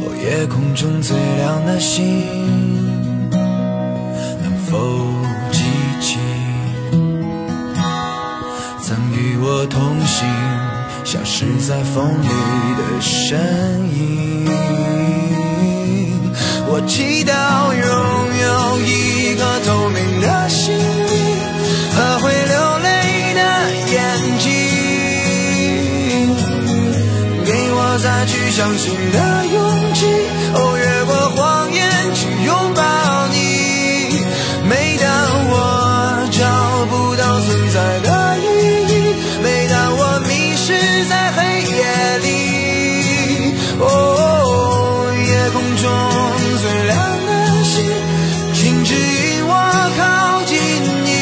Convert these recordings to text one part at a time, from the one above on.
夜空中最亮的星，能否记起曾与我同行消失在风里的身影。我祈祷拥有一颗透明的心灵和会流泪的眼睛，给我再去相信的勇气，越过谎言去拥抱你。每当我找不到存在的意义，每当我迷失在黑夜里，夜空中最亮的星，请指引我靠近你。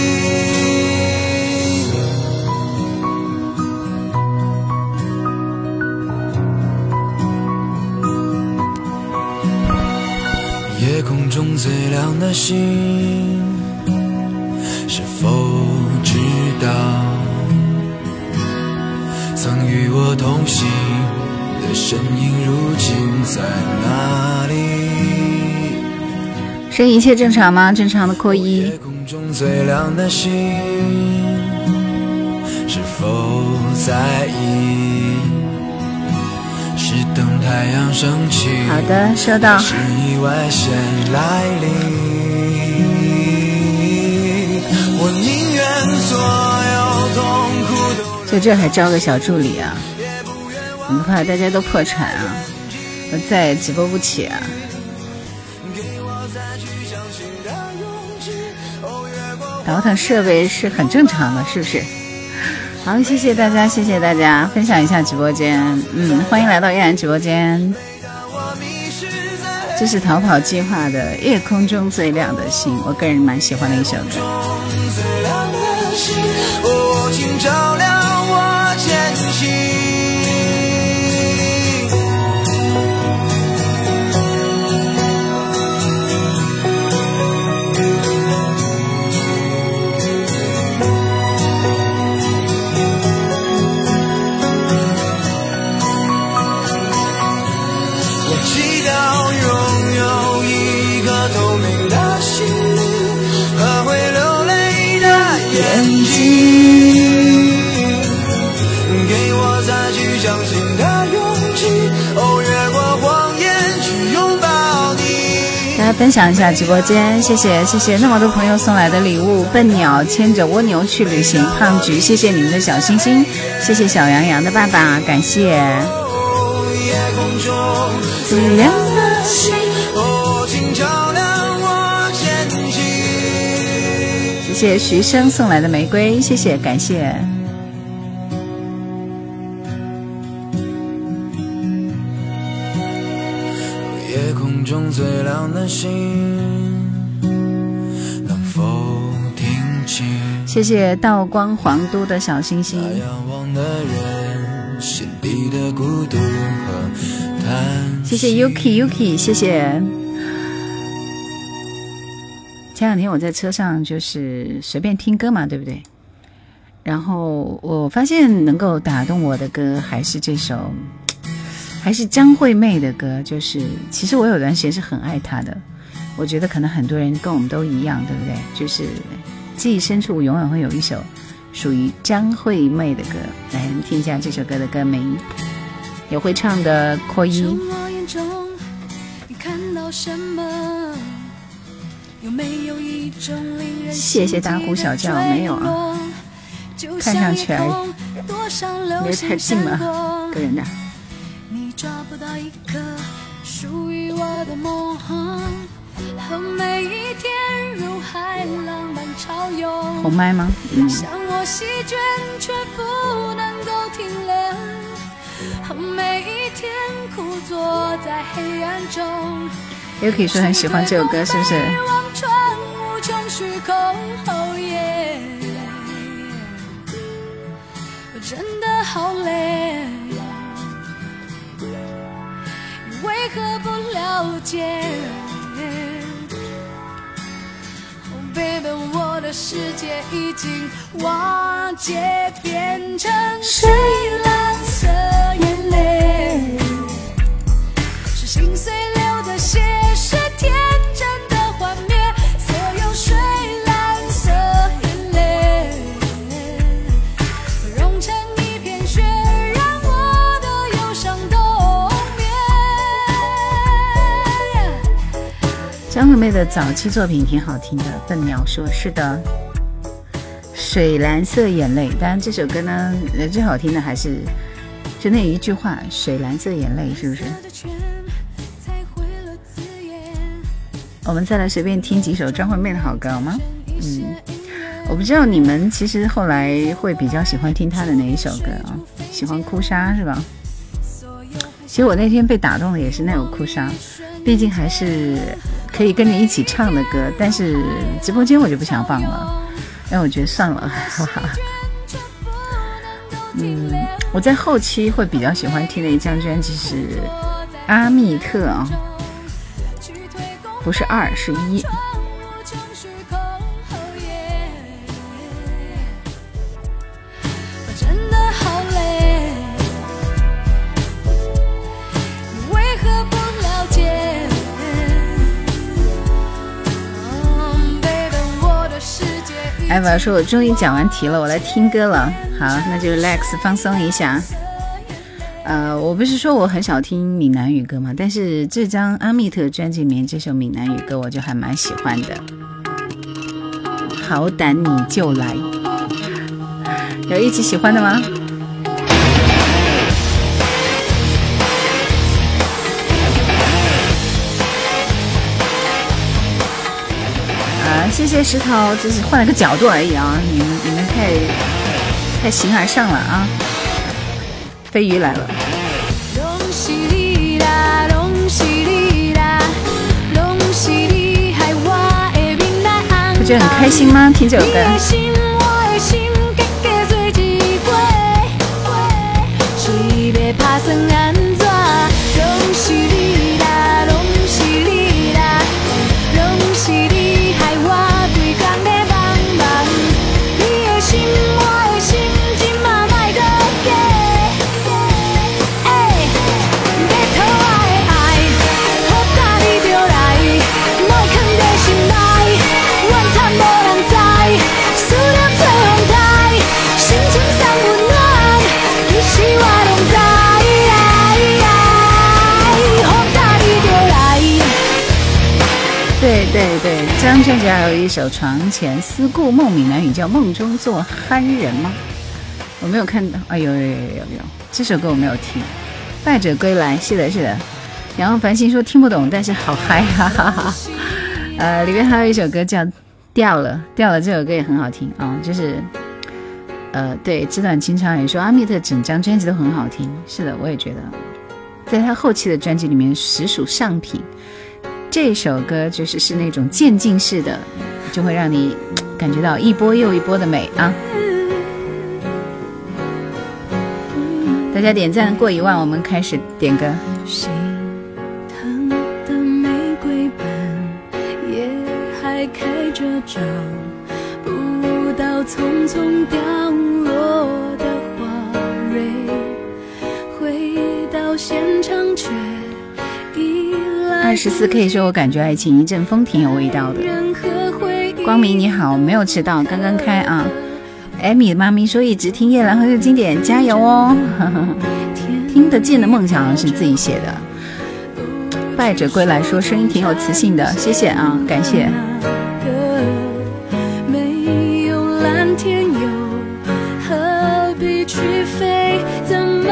夜空中最亮的星，是否知道曾与我同行的身影如今在哪里？ 声音一切正常吗？正常的扣一。 夜空中最亮的星，是否在意？是等太阳升起， 好的，收到。 是意外先来临。我宁愿所有痛苦都就这还招个小助理啊？很快大家都破产啊！我再也直播不起啊！倒腾设备是很正常的，是不是？好，谢谢大家，谢谢大家，分享一下直播间。欢迎来到依然直播间。这是逃跑计划的《夜空中最亮的星》，我个人蛮喜欢的一首歌。 请照亮我前行。透明的心灵和会流泪的眼睛，给我再去相信的勇气，越过谎言去拥抱你。 大家分享一下直播间，谢谢谢谢那么多朋友送来的礼物。笨鸟牵着蜗牛去旅行，胖橘谢谢你们的小星星，谢谢小羊羊的爸爸，感谢。 夜空中最亮的星， 请照亮我前行。 谢谢徐生送来的玫瑰，谢谢感谢。 夜空中最亮的星，能否听清？ 谢谢道光皇都的小星星。 仰望的人心底的孤独和叹息。 谢谢 Yuki， 谢谢。前两天我在车上就是随便听歌嘛，对不对？然后我发现能够打动我的歌还是这首，还是张惠妹的歌。就是其实我有段时间是很爱她的，我觉得可能很多人跟我们都一样，对不对？就是记忆深处永远会有一首属于张惠妹的歌。来，我们听一下这首歌的歌名，有会唱的扩音。谢谢大呼小叫，没有啊，看上去而已，别太近了，个人的。你抓不到一颗属于我的梦，和每一天如海浪般潮涌。红麦吗？像我席卷却不能够停留，和每一天苦坐在黑暗中。也可以说很喜欢这首歌，是不是？真的好累，为何不了解？Oh baby， 我的世界已经瓦解，变成水蓝色眼泪。 张惠妹的早期作品挺好听的，笨鸟说是的。水蓝色眼泪，当然这首歌呢最好听的还是就那一句话，水蓝色眼泪，是不是？我们再来随便听几首张惠妹的好歌好吗？我不知道你们其实后来会比较喜欢听她的哪一首歌啊？喜欢哭砂是吧？其实我那天被打动的也是那首哭砂，毕竟还是可以跟你一起唱的歌，但是直播间我就不想放了，因为我觉得算了。我在后期会比较喜欢听的一张专辑是阿密特啊，不是2是1。艾娃说我终于讲完题了，我来听歌了。好，那就 relax 放松一下。我不是说我很少听闽南语歌嘛，但是这张阿密特专辑里面这首闽南语歌我就还蛮喜欢的。好胆你就来，有一起喜欢的吗？谢谢石头，只是换了个角度而已啊！你们太形而上了啊！飞鱼来了，不觉得很开心吗？听这首歌。对，这张专辑还有一首《床前思故梦》，闽南语叫《梦中做憨人》吗？我没有看到。有，这首歌我没有听。败者归来，是的。然后繁星说听不懂，但是好嗨，哈哈哈。里面还有一首歌叫《掉了》，这首歌也很好听啊，就是对，纸短情长也说阿密特整张专辑都很好听。是的，我也觉得，在他后期的专辑里面实属上品。这首歌是那种渐进式的，就会让你感觉到一波又一波的美啊！大家点赞过1万，我们开始点歌。心疼的玫瑰瓣也还开着，找不到匆匆掉落的花蕊，回到现场却24可以说我感觉爱情一阵风，挺有味道的。光明你好，没有迟到，刚刚开啊。艾米的妈咪说一直听夜兰和的经典，加油哦。听得见的梦想是自己写的。败者归来说声音挺有磁性的，谢谢啊，感谢。没有蓝天又何必去飞，怎么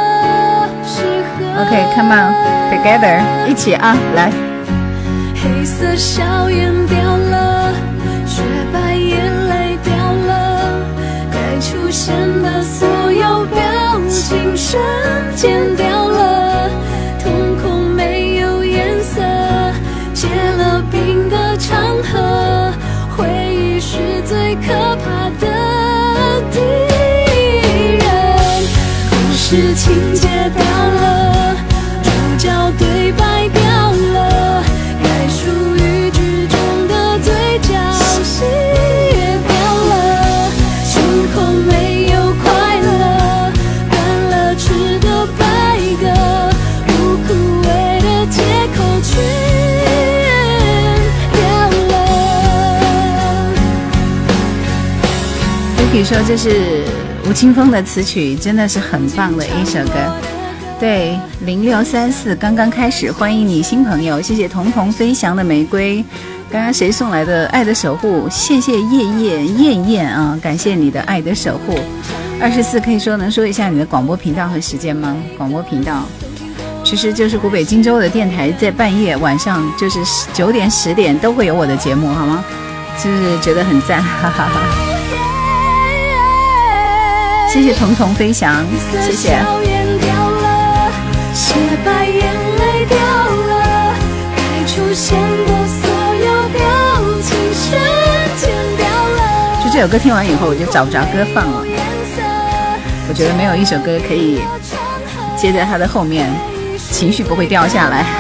OK, come on, together, 一起啊，来。黑色笑颜掉了，雪白眼泪掉了，该出现的所有表情瞬间掉了，瞳孔没有颜色，结了冰的长河，回忆是最可怕的敌人，故事情节掉了，主角对白掉了，该属于剧中的对角戏也掉了，星空没有快乐，断了翅的白鸽，不枯萎的借口全掉了。Vicky 说这是吴青峰的词曲，真的是很棒的一首歌。 对，0634刚刚开始，欢迎你新朋友，谢谢彤彤飞翔的玫瑰。刚刚谁送来的爱的守护？谢谢燕燕啊，感谢你的爱的守护。24可以说能说一下你的广播频道和时间吗？广播频道其实就是湖北荆州的电台，在半夜晚上就是9点10点都会有我的节目，好吗？是不是觉得很赞？哈哈哈。谢谢彤彤飞翔，谢谢。雪白眼泪掉了，该出现的所有表情瞬间掉了。就这首歌听完以后，我就找不着歌放了。我觉得没有一首歌可以接在它的后面，情绪不会掉下来。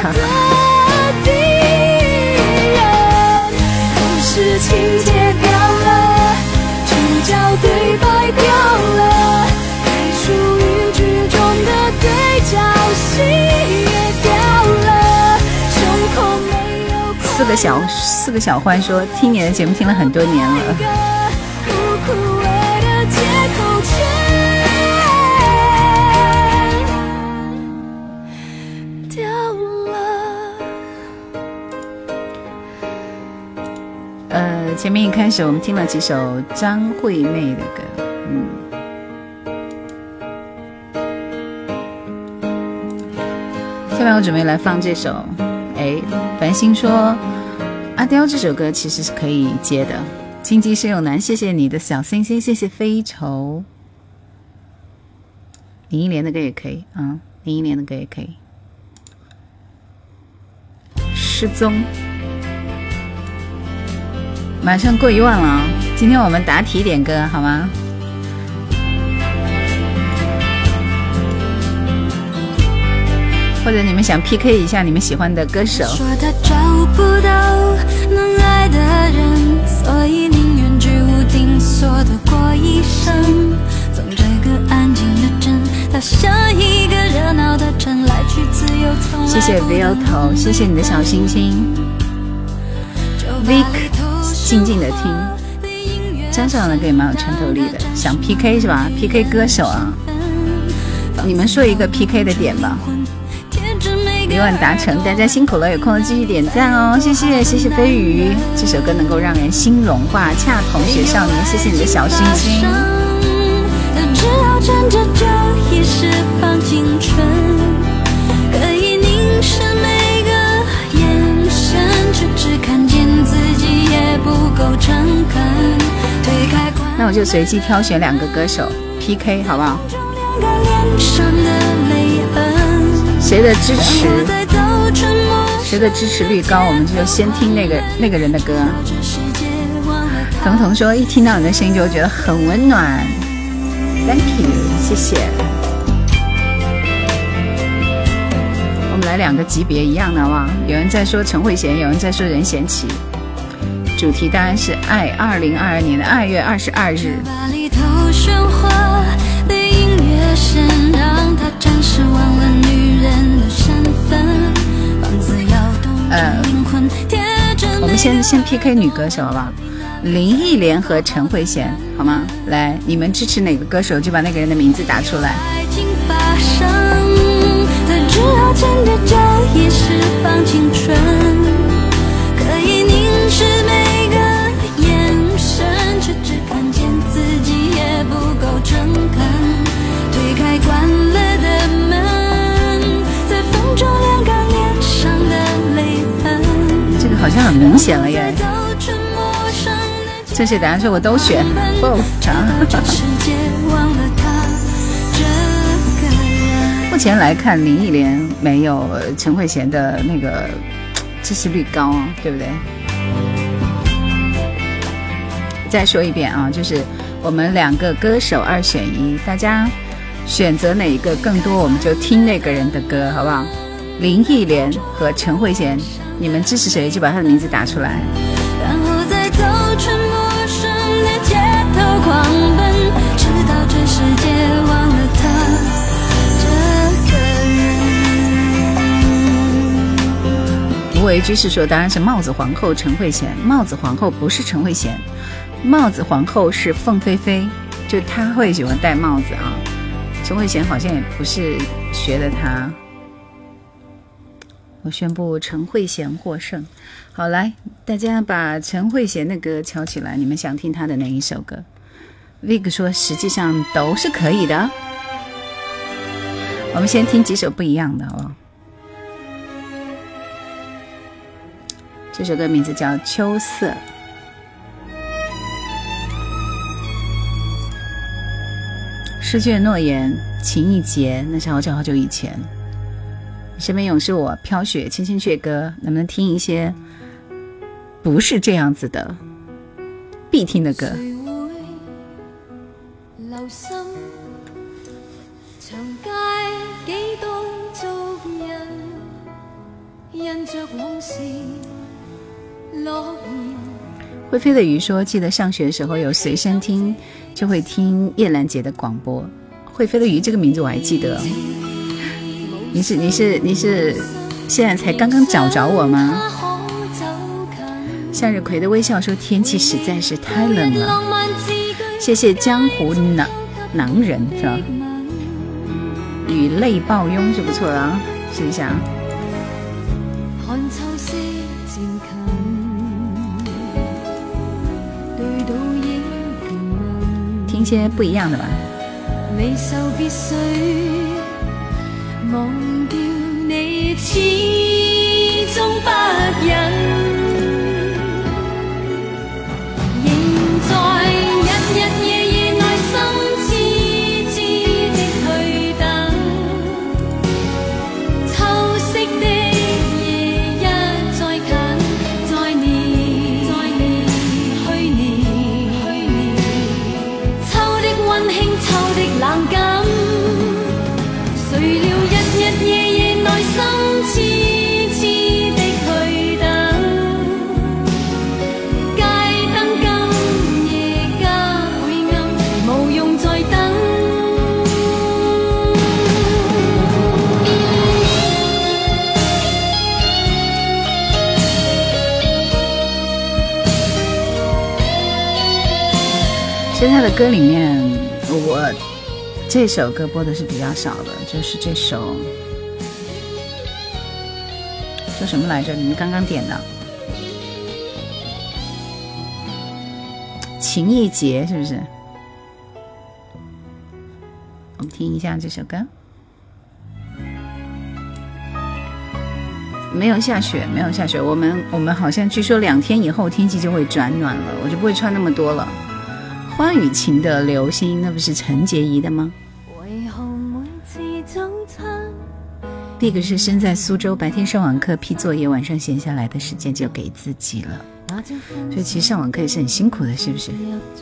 故事情节掉了，主角对白掉了，该属于剧中的对角戏也掉了，胸口没有四个小欢说听你的节目听了很多年了。前面一开始我们听了几首张惠妹的歌，下面我准备来放这首。繁星说阿刁这首歌其实是可以接的。经济是用难，谢谢你的小星星，谢谢非愁。林忆莲的歌也可以啊，林忆莲的歌也可以。失踪马上过1万了啊！今天我们答题点歌好吗？或者你们想 PK 一下你们喜欢的歌手。说他找不到能爱的人，所以宁愿居无定所的过一生。从这个安静的镇到下一个热闹的城，来去自由从来不等。谢谢 Viu 头，谢谢你的小星星。Vic 静静的听，张韶涵的歌也蛮有穿透力的。想 PK 是吧 ？PK 歌手啊，你们说一个 PK 的点吧。1万达成，大家辛苦了，有空了继续点赞哦，谢谢谢谢飞鱼，这首歌能够让人心融化。恰同学少年，谢谢你的小星星。只要站着就已释放青春，可以凝视每个眼神，却只看见自己也不够诚恳。那我就随机挑选2个歌手 PK 好不好？谁的支持率高，我们就先听那个人的歌。彤彤说一听到你的声音就觉得很温暖。 Thank you， 谢谢。我们来2个级别一样的好不好？有人在说陈慧娴，有人在说任贤齐。主题当然是爱，2022年的2月22日。我们先 PK 女歌手好不好？林忆莲和陈慧娴好吗？来，你们支持哪个歌手就把那个人的名字打出来。可以凝视每个眼神，却只看见自己也不够诚恳。推开关了的门，在风中晾干脸上的泪痕。这个好像很明显了耶。正确答案说我都选 both 目前来看林忆莲没有陈慧娴的那个支持率高，对不对？再说一遍啊，就是我们2个歌手2选1，大家选择哪一个更多我们就听那个人的歌好不好？林忆莲和陈慧娴，你们支持谁就把他的名字打出来。然后再走出陌生的街头狂奔，直到这世界忘了他这个人。无为居士说当然是帽子皇后陈慧娴，帽子皇后不是陈慧娴，帽子皇后是凤飞飞，就她会喜欢戴帽子啊。 陈慧娴好像也不是学的他。我宣布陈慧娴获胜。好，来，大家把陈慧娴的歌敲起来，你们想听她的哪一首歌？ Vig 说实际上都是可以的。我们先听几首不一样的哦。这首歌名字叫《秋色》。失去了诺言，情意结，那是好久好久以前。身边勇士我，飘雪，青青雀歌，能不能听一些不是这样子的必听的歌？留心长街几多足印，印着往事落叶。会飞的鱼说，记得上学的时候有随身听，就会听叶兰姐的广播。会飞的鱼这个名字我还记得。你是现在才刚刚找着我吗？向日葵的微笑说，天气实在是太冷了。谢谢江湖囊人是吧？与泪抱拥是不错的啊，试一下。听些不一样的吧。离愁别绪，忘掉你始终不忍。其实他的歌里面，我这首歌播的是比较少的，就是这首叫什么来着？你们刚刚点的《情意结》是不是？我们听一下这首歌。没有下雪，没有下雪。我们好像据说2天以后天气就会转暖了，我就不会穿那么多了。花雨晴的流星，那不是陈洁仪的吗？第一个是身在苏州，白天上网课批作业，晚上闲下来的时间就给自己了。所以其实上网课也是很辛苦的，是不是？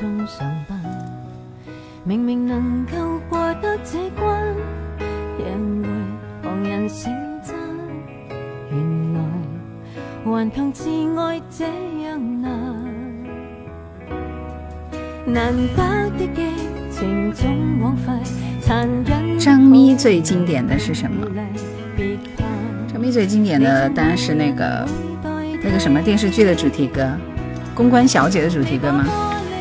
明明能够过得这关，因为旁人是真，原來頑強自愛這樣難。张咪最经典的是什么？张咪最经典的当然是那个什么电视剧的主题歌，公关小姐的主题歌吗？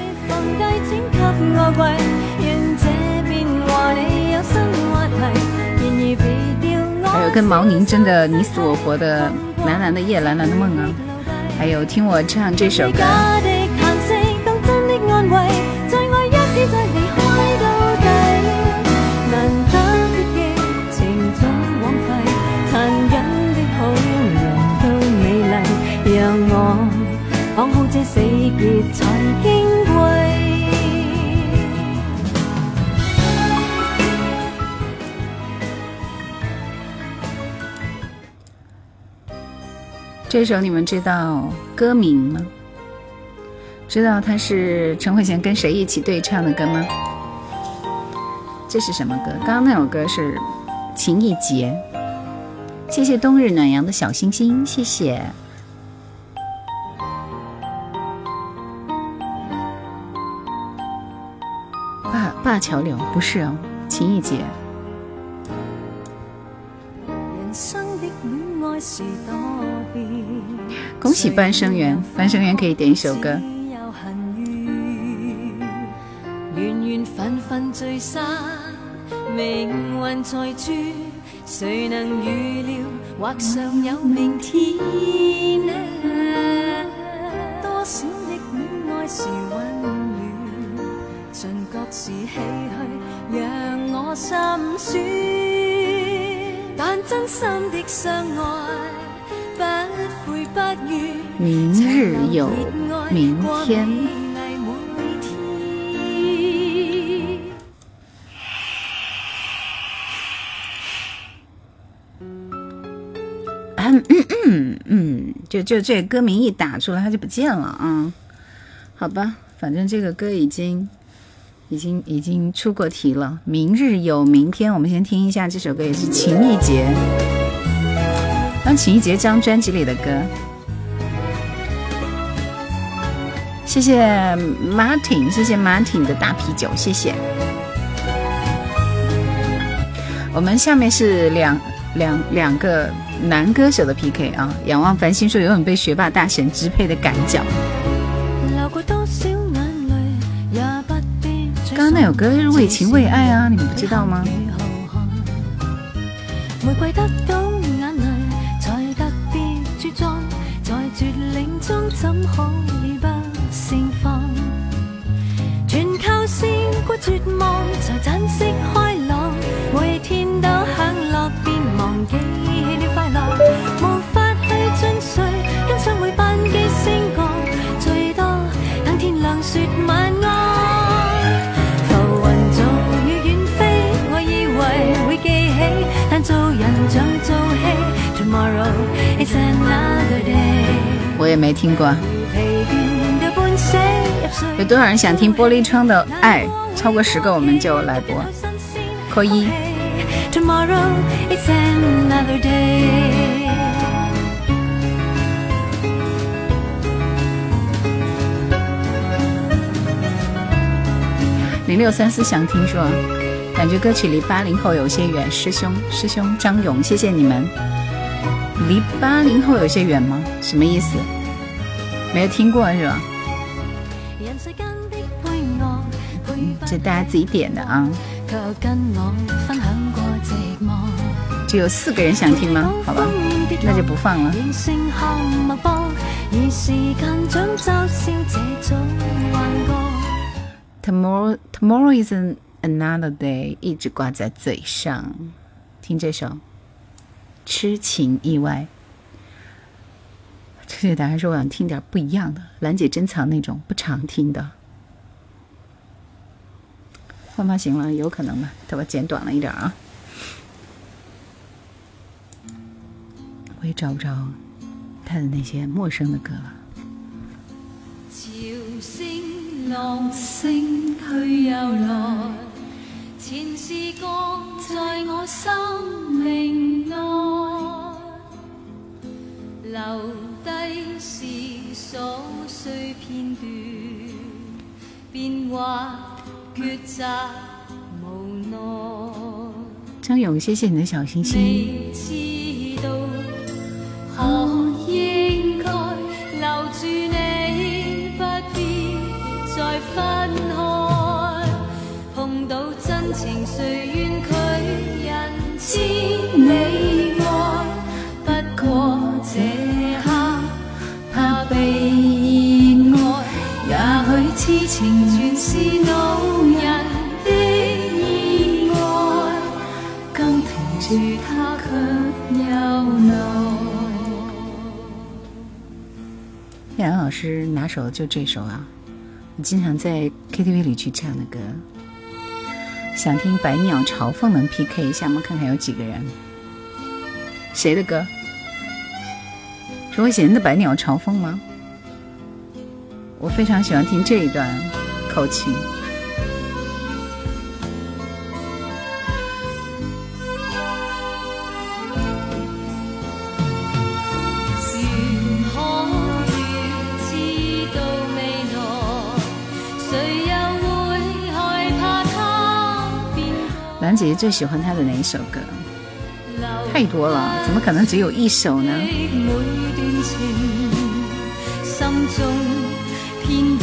还有跟毛宁真的你死我活的蓝蓝的夜蓝蓝的梦啊，还有听我唱这首歌。安慰，在愛一直在離開到底，難得的激情總枉費，殘忍的好人都美麗，讓我講好這死結才矜貴。这首你们知道歌名吗？知道它是陈慧娴跟谁一起对唱的歌吗？这是什么歌？刚刚那首歌是《情意结》。谢谢冬日暖阳的小星星，谢谢。灞桥柳不是哦，《情意结》。恭喜半生缘，半生缘可以点一首歌。缘缘分分聚散， 命运在转，谁能预料或尚有明天呢？多少的恋爱是温暖，尽觉是唏嘘，让我心酸。但真心的相爱，不悔不怨。 明日有明天。就这歌名一打出来，它就不见了啊。好吧，反正这个歌已经出过题了。明日有明天，我们先听一下这首歌，也是情意结，当情意结这张专辑里的歌。谢谢 Martin， 谢谢 Martin 的大啤酒，谢谢。我们下面是两个男歌手的 PK 啊！仰望繁星说永远被学霸大神支配的赶脚。刚刚那首歌是为情为爱啊，你们不知道吗？玫瑰得到眼泪才特别茁壮，在绝岭中怎可以不盛放？全靠先过绝望才珍惜开朗，每天都享乐便忘记了快乐，无法去进睡，跟唱會班機升降，最多等天亮說晚安。浮雲早已遠飛，我以為會記起，但做人像做戲 Tomorrow is another day。我也沒聽過。有多少人想聽玻璃窗的愛？超過10個我們就來播。扣一。Tomorrow is another day。0634想听说，感觉歌曲离80后有些远。师兄张勇，谢谢你们。离80后有些远吗？什么意思？没有听过是吧？这大家自己点的啊。只有4个人想听吗？好吧，那就不放了。Tomorrow is another day， 一直挂在嘴上。听这首《痴情意外》。这些答案说我想听点不一样的，兰姐珍藏那种不常听的。换发型了，有可能吧，头发剪短了一点啊。我也找不着他的那些陌生的歌了。潮聲浪聲去又來，前事降在我生命內，留低是瑣碎片段，變化抉擇無奈。張勇，謝謝你的小星星。何應該留住你，不必再分開，碰到真情誰願拒人千里外，不過這刻怕被意外，也許痴情全是惱人的意外，剛停住它卻又來。叶兰老師拿手的就這首啊，我經常在 KTV 裡去唱的歌。想聽百鳥朝鳳能 PK 一下嗎？看看有幾個人。誰的歌？是魏賢的百鳥朝鳳嗎？我非常喜歡聽這一段口琴。兰姐姐最喜欢她的哪一首歌？太多了，怎么可能只有一首呢？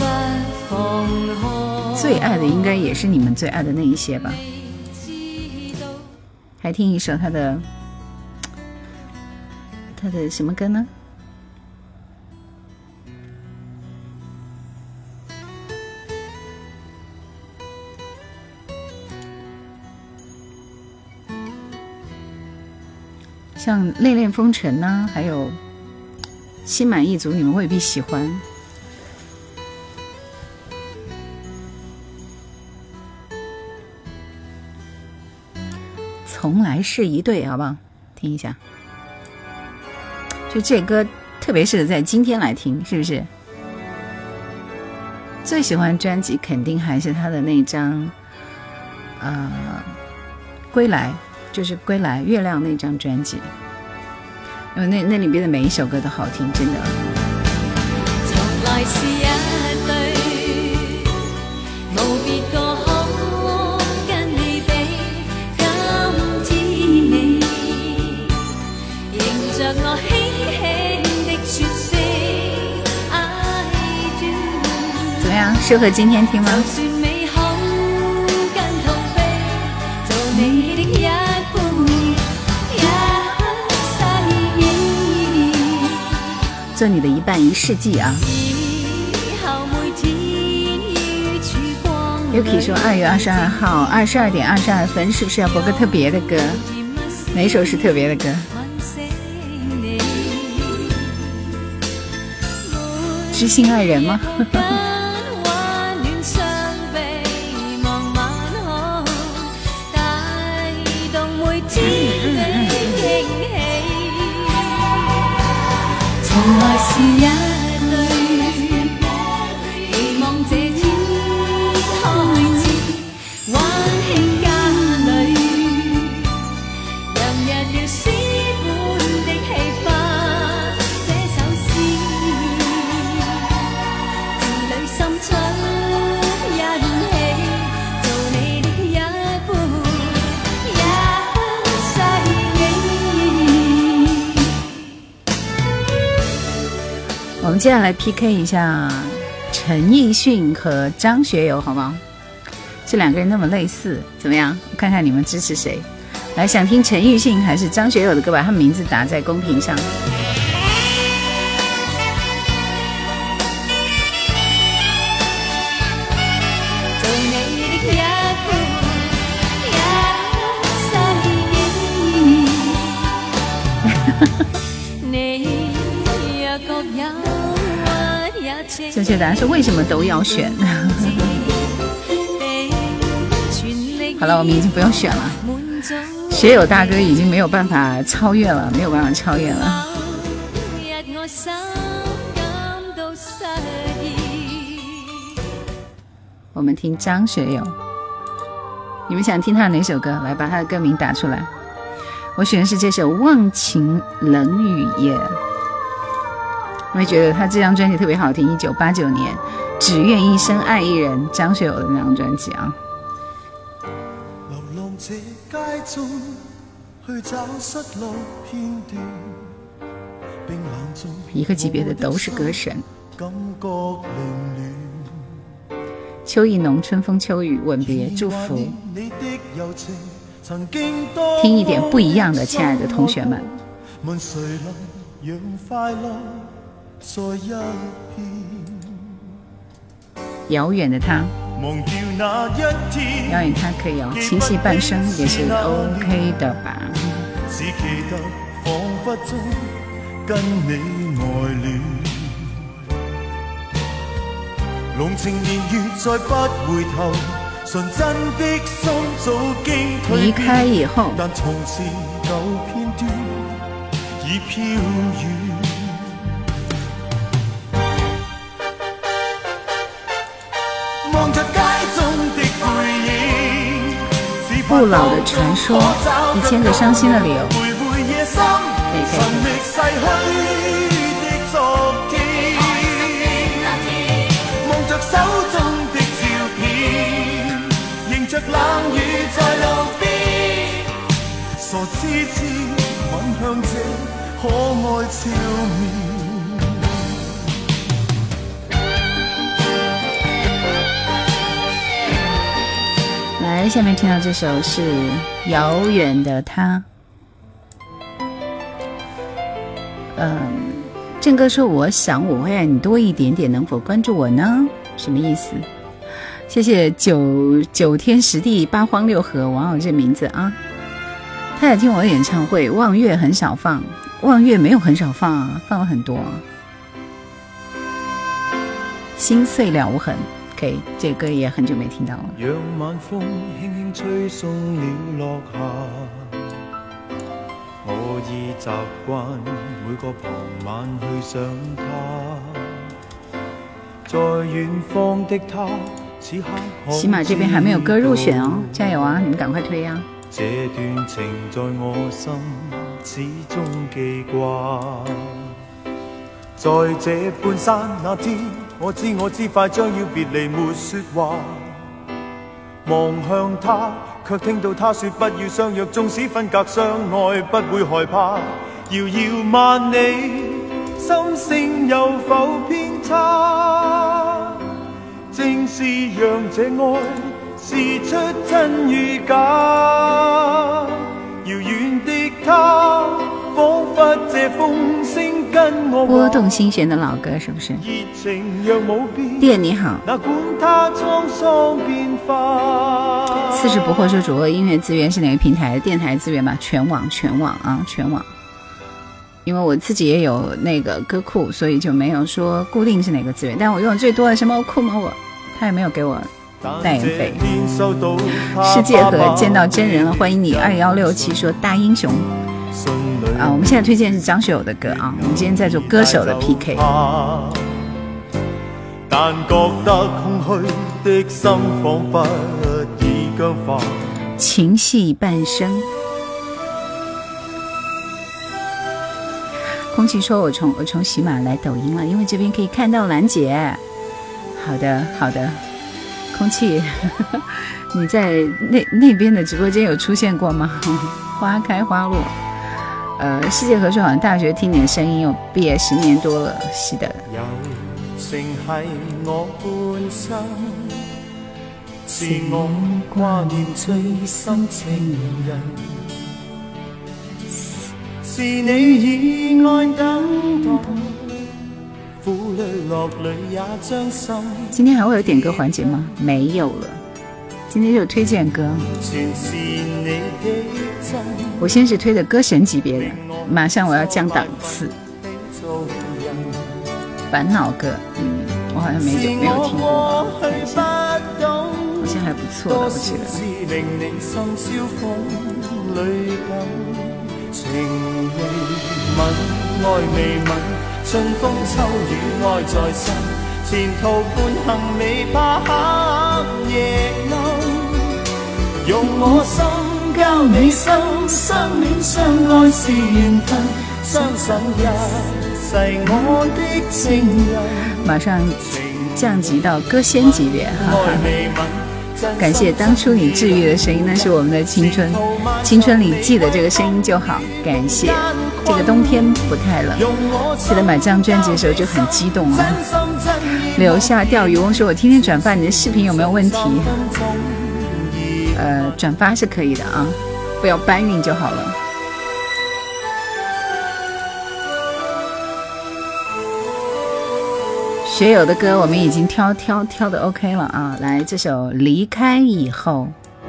最爱的应该也是你们最爱的那一些吧。 还听一首他的什么歌呢？像《恋恋风尘》呢，还有《心满意足》，你们未必喜欢。从来是一对，好不好？听一下，就这歌特别适合在今天来听，是不是？最喜欢专辑肯定还是他的那张归来，就是归来月亮那张专辑，因为那里边的每一首歌都好听，真的。从来是一对，無別個可跟你比，今天你迎着我輕輕的説聲 I do。怎麼樣？適合今天聽嗎？做你的一半一世纪啊 Yuki 说2月22號22點22分是不是要播個特別的歌？哪首是特別的歌？知心愛人嗎？從來是一對，期望這天開始溫馨家裏，洋溢了詩般的氣氛。這首詩字裏滲出一氣，做你的一半一世紀。我们接下来 PK 一下陈奕迅和张学友，好不好？这两个人那么类似，怎么样？我看看你们支持谁。来，想听陈奕迅还是张学友的歌，把他们名字打在公屏上。正确答案是为什么都要选？好了，我们已经不用选了。学友大哥已经没有办法超越了，没有办法超越了。我们听张学友，你们想听他哪首歌？来，把他的歌名打出来。我选的是这首《忘情冷雨夜》。我也觉得他这张专辑特别好听，1989年只愿一生爱一人，张学友的那张专辑啊。流浪這街中去找失落片段，冰冷中一個級別的都是歌神。感覺凌亂，秋意濃，春風秋雨，吻別祝福。聽一點不一樣的，親愛的同學們。遙遠的他，遙遠他可以哦，情繫半生也是 OK 的吧。只記得彷彿中跟你愛戀，濃情年月再不回頭，純真的心早經離開以後，但從前舊片段已飄遠。不老的傳說，1000個傷心的理由。来来，下面听到这首是《遥远的他》。郑哥说我想我会爱你多一点点，能否关注我呢？什么意思？谢谢九天十地八荒六合，哇哦，这名字啊！他也听我的演唱会，望月很少放，望月没有很少放啊，放了很多啊。心碎了无痕，可以，这个歌也很久没听到了。 让晚风轻轻吹送了落下，我已习惯每个傍晚去想他，在远方的他此刻。 喜马这边还没有歌入选哦，加油啊，你们赶快推啊。 这段情在我心始终记挂，在这半山那天，我知快將要別離沒說話，望向他卻聽到他說不要相約，縱使分隔相愛不會害怕，遙遙萬里心聲有否偏差，正是讓這愛試出真與假，遙遠的他彷彿這風聲跟我波動心弦的老歌是不是？ 熱情若冇變， 店你好， 哪管它滄桑變化。 四十不惑說主播音樂資源是哪個平台？電台資源吧，全網啊，全網。因為我自己也有那個歌庫，所以就沒有說固定是哪個資源。但我用的最多的什麼酷嗎？他也沒有給我代言費。世界和見到真人了，歡迎你2167說大英雄。啊，我們現在推薦是張學友的歌啊，我們今天在做歌手的 PK。 但覺得空虛的心彷彿已僵化， 情繫半生。空氣說我從喜馬來抖音了，因為這邊可以看到蘭姐。好的好的，空氣你在那邊的直播間有出現過嗎？花開花落。世界和說好像大學聽你的聲音，我畢業10年多了，是的。 友情係我半生，是我掛念最深情人，是你以愛等待，苦淚落淚也將心。 今天還會有點歌環節嗎？沒有了，今天就推薦歌。 全是你的真， 我先是推的歌神級別的，馬上我要降檔次。煩惱歌，我好像沒有聽過，看一下，好像還不錯的，我記得。春風秋雨愛在身，前途伴行未怕黑夜暗，用我心交你心，相戀相愛是緣分，相守一世我的情人。馬上降級到歌仙級別，哈哈。感謝當初你治癒的聲音，那是我們的青春，青春裡記得這個聲音就好。感謝，這個冬天不太冷。記得買這張專輯的時候就很激動啊。留下釣魚翁說，我天天轉發你的視頻有沒有問題？轉發是可以的啊，不要搬運就好了。學友的歌我們已經挑的 OK 了啊，來這首離開以後，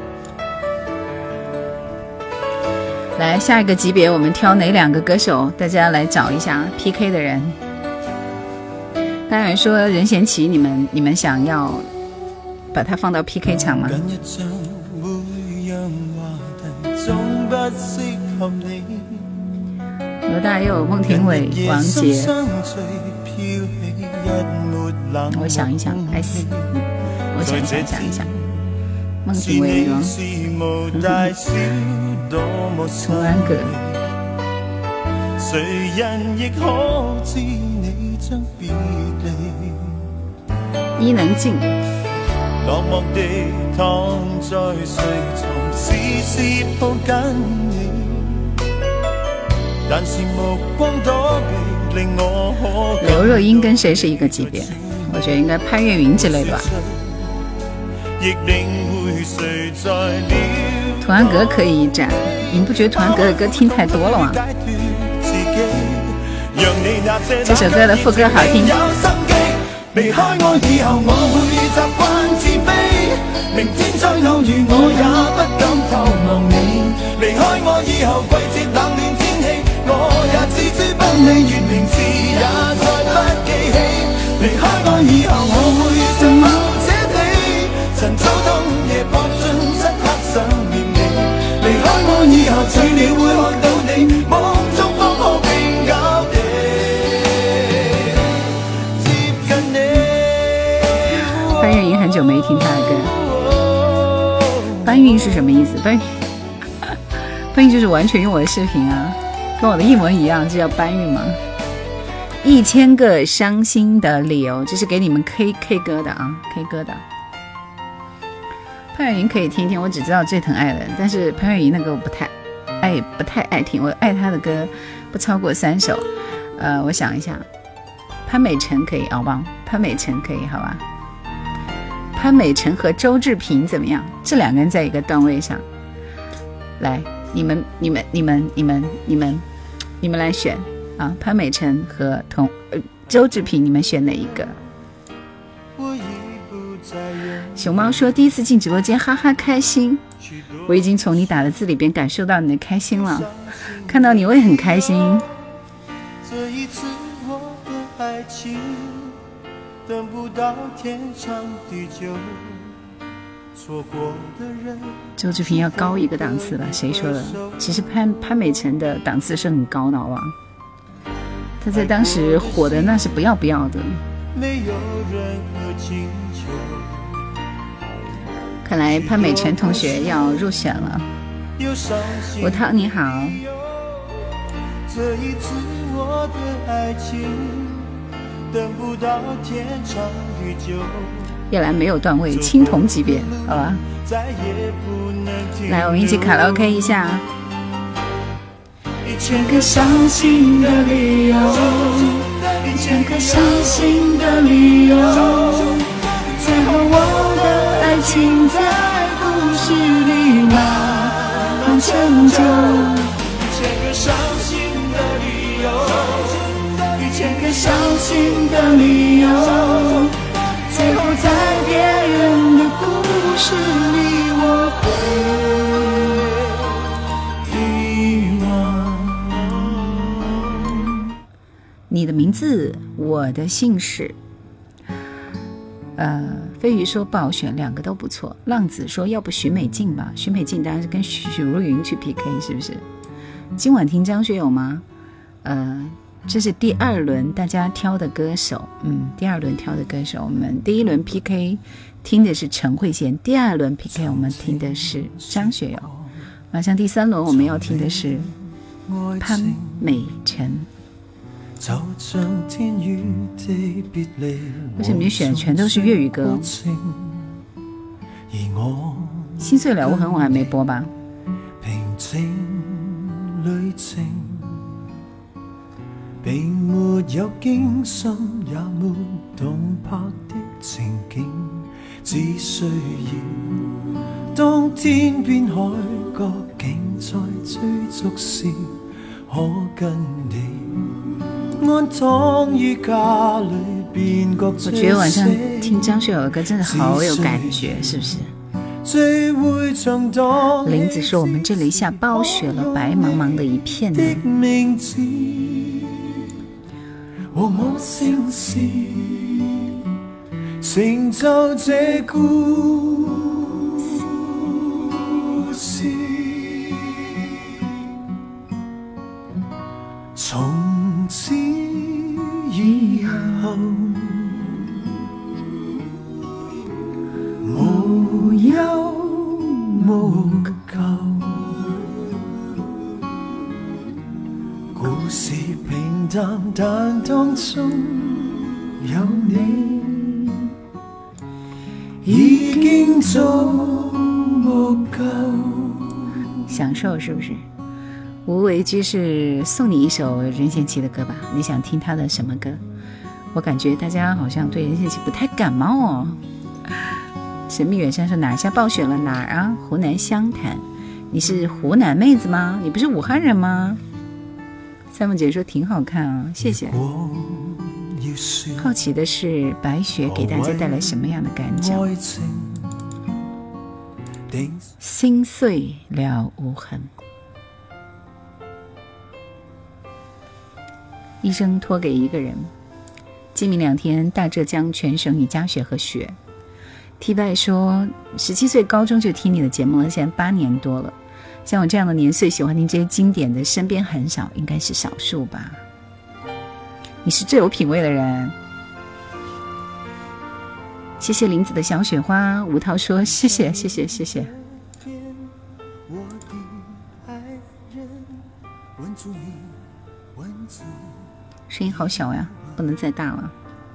來下一個級別我們挑哪兩個歌手，大家來找一下 PK 的人。當然說任賢齊，你們想要把它放到 PK 場嗎？羅大佑、孟庭葦、王傑。我想一想，我想一想，孟庭葦、童安格。伊能靜。落寞地躺在睡床，絲絲抱緊你，但是目光躲避令我劉若英跟誰是一個級別？我覺得應該潘越雲之類吧。亦領會图安格可以一展，你不觉得图安格的歌听太多了吗？这首歌的副歌好听。離開我以後我會習慣自卑，明天再偶遇我也不敢透望你。離開我以後季節冷暖天氣，我也置諸不理，月明字也再不記起。離開我以後我會像某這地，晨早冬夜搏盡漆黑想念你。離開我以後醉了會看到你，夢中方可並咬地。搬运营很久没听他的歌，搬运是什么意思？搬运就是完全用我的视频啊，跟我的一模一样，这叫搬运吗？1000个伤心的理由，这是给你们 K 歌的啊 ，K 歌的。潘越云可以听听，我只知道最疼爱人，但是潘越云那个我不太爱听，我爱他的歌不超过3首。我想一下，潘美辰可以好吧？潘美辰可以好吧？潘美辰和周志平怎么样？这两个人在一个段位上，来，你们来选啊！潘美辰和周志平，你们选哪一个？熊猫说第一次进直播间，哈哈开心。我已经从你打的字里边感受到你的开心了，看到你我也很开心。这一次我的爱情等不到天长地久，错过的人。周志平要高一个档次了，谁说的？其实潘美辰的档次是很高的，好不好？他在当时火的那是不要不要的。没有任何请求。看来潘美辰同学要入选了。吴涛你好。这一次我的爱情等不到天长地久。叶兰没有段位，青铜级别，好吧。来，我们一起卡拉 OK 一下。1000个伤心的理由，1000个伤心的理由，最后我的爱情在故事里慢慢成就。1000个伤心的理由，1000个伤心的理由，最后在别人的故事里我被遗忘。你的名字，我的姓氏。飞鱼说不好选，两个都不错。浪子说要不许美静吧，许美静当然是跟许茹芸去 PK， 是不是？今晚听张学友吗？这是第2轮大家挑的歌手，第2轮挑的歌手，我们第1轮 PK 听的是陈慧娴，第2轮 PK 我们听的是张学友，马上第3轮我们要听的是潘美辰。为什么你选的全都是粤语歌？心碎了无痕我还没播吧？平靜旅程並沒有驚心也沒動魄的情景，只需要當天邊海角竟在追逐時，可跟你安躺於家裏便覺。我覺得晚上聽張學友的歌真的好有感覺，是不是？林子說我們這裡下暴雪了，白茫茫的一片呢。和我姓氏成就這故事，從此以後無憂無求，故事平淡但當中有你已經足夠。享受是不是？无为居士送你一首任贤齐的歌吧，你想听他的什么歌？我感觉大家好像对任贤齐不太感冒哦。 神秘远山说哪一下暴雪了？哪儿啊？湖南湘潭。你是湖南妹子吗？你不是武汉人吗？三木姐说挺好看啊，谢谢。好奇的是白雪给大家带来什么样的感觉？心碎了无痕。一生托给一个人。今明2天，大浙江全省已加雪和雪。T 拜说17岁高中就听你的节目了，现在8年多了。像我这样的年岁喜欢听这些经典的，身边很少，应该是少数吧。你是最有品味的人。谢谢林子的小雪花。吴涛说谢谢谢谢谢谢。声音好小呀，不能再大了。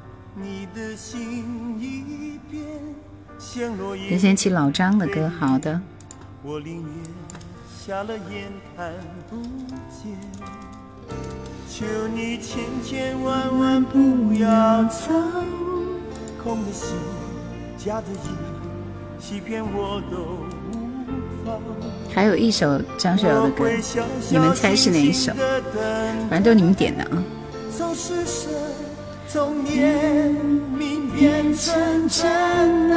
任贤齐老张的歌，好的。我宁愿瞎了眼看不见，求你千千万万不要走，空的心假的意，欺骗我都无法。还有一首张学友的歌，你们猜是哪一首？反正都是你们点的啊。从念明变成真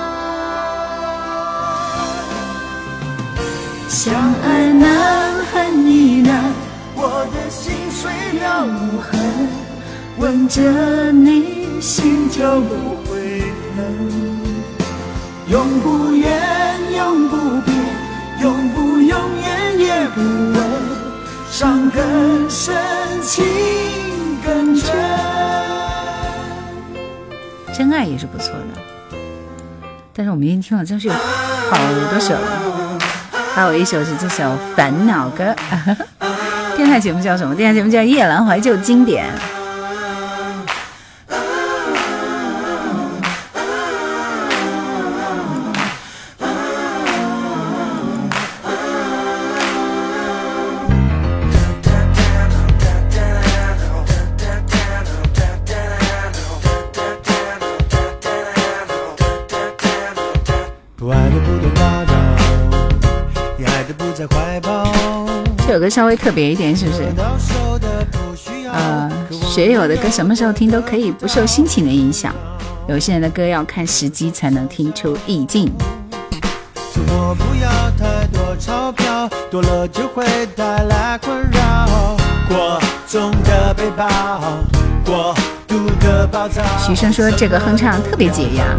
相爱难恨亦难，我的心碎了无痕，吻着你心就不会疼，永不远永不变，永不永远也不问，伤更深情更真。真爱也是不错的，但是我们已经听了张学友好多首了，还有一首是这首《烦恼歌》。电台节目叫什么？电台节目叫《夜阑怀旧经典》。这首歌稍微特别一点，是不是？学友的歌什么时候听都可以，不受心情的影响。有些人的歌要看时机才能听出意境。我不要太多钞票，多了就会带来困扰。过重的背包，过度的暴躁。徐生说这个哼唱特别解压。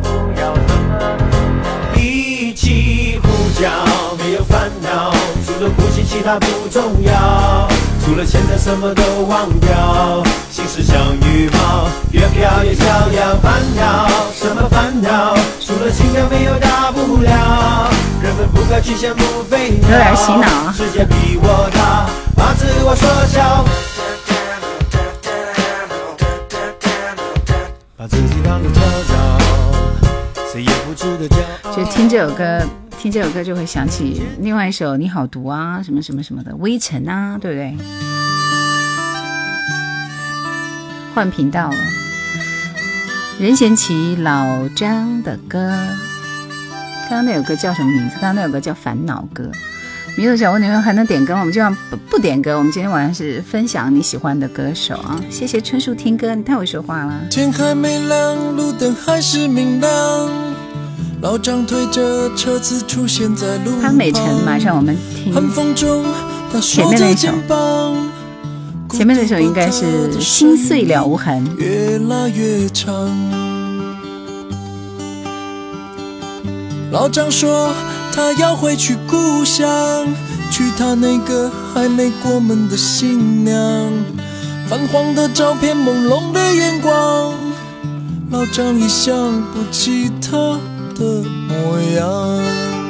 一起呼叫，没有烦恼，除了呼吸其他不重要，除了现在什么都忘掉，心事像羽毛，越飘越逍遥。烦恼什么烦恼，除了心跳没有大不了，人们不该去羡慕飞鸟，有点洗脑，世界比我大，把自我缩小，把自己当作跳蚤，谁也不值得骄傲。就听这首歌就会想起另外一首你好毒啊，什么什么什么的，微尘啊，对不对？换频道了。任贤齐老张的歌，刚刚那首歌叫什么名字？刚刚那首歌叫烦恼歌。迷路小蜗牛还能点歌吗？我们就要不点歌，我们今天晚上是分享你喜欢的歌手啊。谢谢春树听歌，你太会说话了。 天还没亮，路灯还是明亮，老张推着车子出现在路旁， 潘美辰，马上我们听前面那首，前面那首应该是心碎了无痕， 越拉越长。老张说他要回去故乡，娶他那个还没过门的新娘，泛黄的照片，朦胧的眼光，老张已想不起他的模样。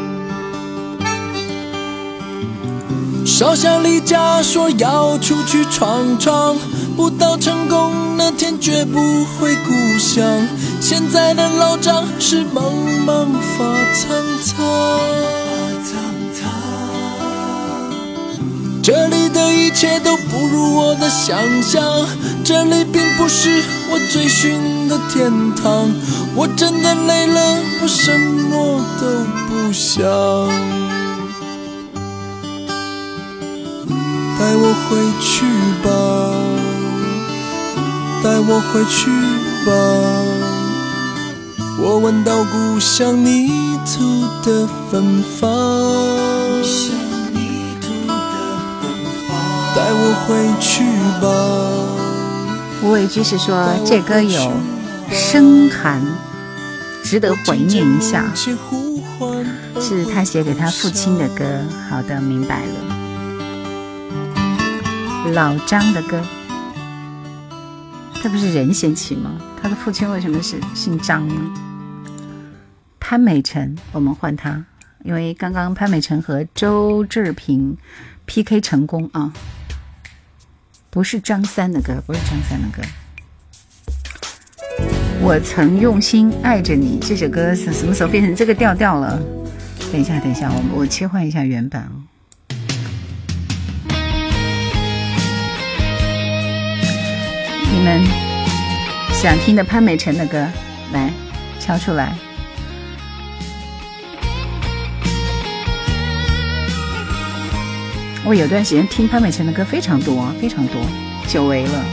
少小离家说要出去闯闯，不到成功那天绝不回故乡。现在的老张是茫茫发苍苍， 这里的一切都不如我的想象，这里并不是我追寻的天堂。我真的累了，我什么都不想。带我回去吧，带我回去吧，我闻到故乡泥土的芬芳。带我回去吧。 无畏居士说这歌有声寒，值得怀念一下，是他写给他父亲的歌。好的，明白了。老张的歌，这不是任贤齐吗？他的父亲为什么是姓张呢？潘美辰，我们换他，因为刚刚潘美辰和周志平 PK 成功啊。不是张三的歌，不是张三的歌。我曾用心爱着你，这首歌是什么时候变成这个调调了？等一下，我切换一下原版哦。你们想听的潘美辰的歌，来敲出来。我有段时间听潘美辰的歌非常多，非常多，久违了。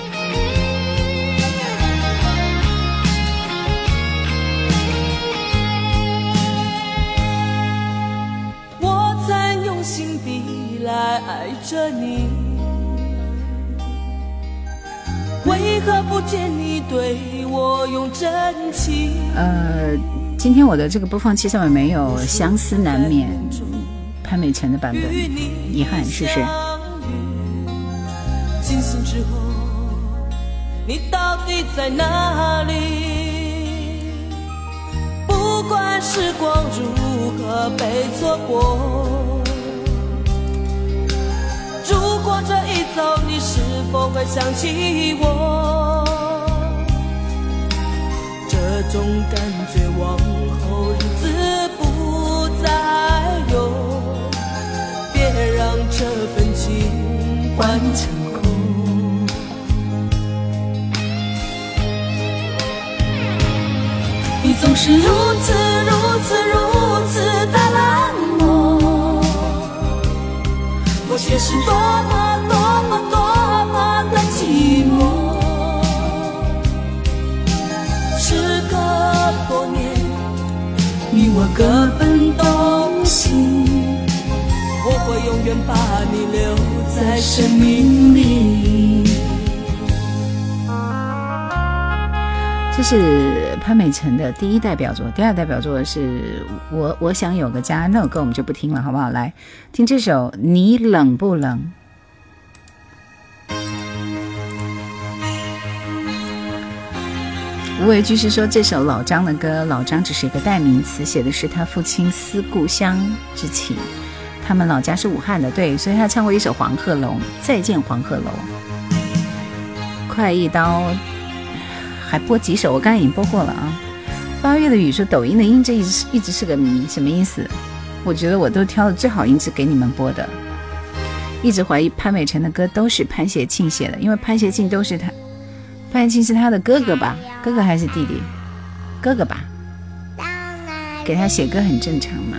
我曾用心地来爱着你，为何不见你对我用真情？ 今天我的这个播放器上面没有《相思难眠》潘美辰的版本，遗憾，是不是？ 惊醒之后，你到底在哪里？不管时光如何被错过，如果这一走，你是否会想起我？这种感觉往后日子不再有，别让这份情换成空。你总是如此的冷漠，我却是多么的寂寞。时隔多年，你我各分东西，我会永远把你留在生命里。 这是潘美辰的第一代表作，第二代表作是我想有个家，那首歌我们就不听了，好不好？来听这首你冷不冷。无为居士说这首老张的歌，老张只是一个代名词，写的是他父亲思故乡之情。他们老家是武汉的，对，所以他唱过一首《黄鹤楼》，再见黄鹤楼。快一刀还播几首，我刚才已经播过了啊。8月的雨说抖音的音质一直是个谜，什么意思？我觉得我都挑了最好音质给你们播的。一直怀疑潘美辰的歌都是潘协庆写的，因为潘协庆都是他，潘协庆是他的哥哥吧？哥哥还是弟弟？哥哥吧？给他写歌很正常嘛。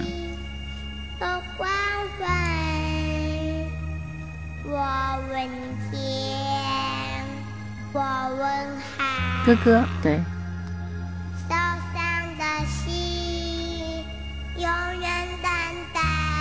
哥哥，对。 受伤的心永远等待。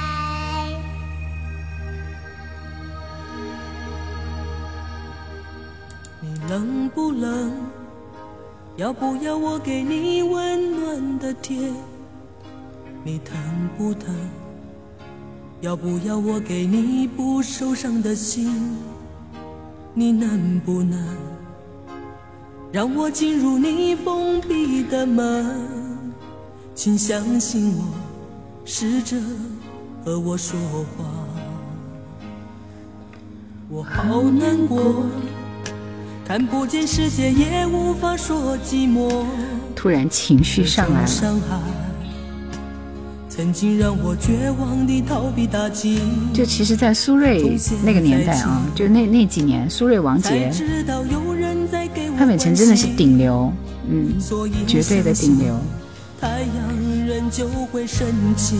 你冷不冷？要不要我给你温暖的甜？你疼不疼？要不要我给你不受伤的心？你难不难？让我进入你封闭的门，请相信我，试着和我说话。我好难过，看不见世界也无法说寂寞。 突然情绪上来了。 曾经让我绝望地逃避打击。 就其实在苏芮那个年代啊，就那几年苏芮王杰潘美辰真的是顶流，绝对的顶流。 太阳仍旧会升起，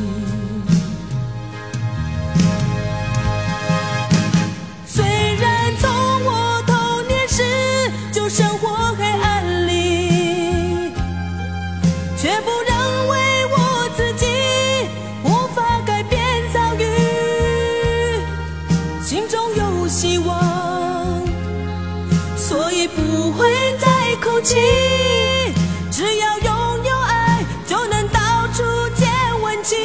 虽然从我童年时就生活黑暗里，却不认为我自己无法改变遭遇，心中有希望，所以不会再哭泣，只要拥有爱就能到处见温情，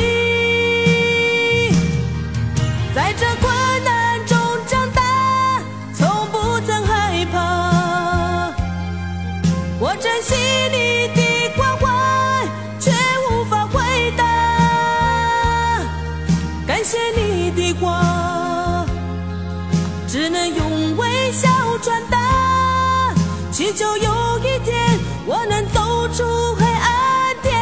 在这困难中长大，从不曾害怕，我珍惜你的关怀却无法回答，感谢你的话只能用微笑传达，祈求有一天我能走出黑暗点。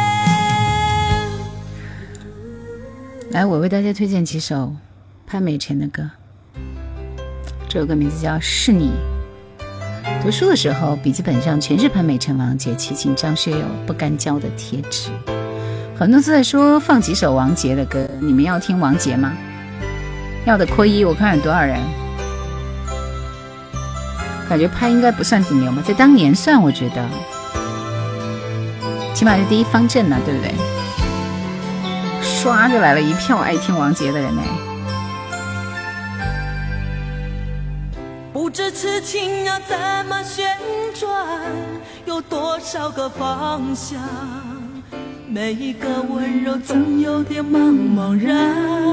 来，我为大家推荐几首潘美辰的歌，这首歌名字叫《是你》。读书的时候，笔记本上全是潘美辰、王杰、齐秦、张学友不干胶的贴纸。很多人都在说放几首王杰的歌，你们要听王杰吗？要的扣一，我看有多少人。感觉他应该不算顶流嘛，在当年算，我觉得起码是第一方阵呢，对不对？刷就来了一票爱听王杰的人呢。 不知痴情要怎么旋转，有多少个方向，每一个温柔总有点茫茫然，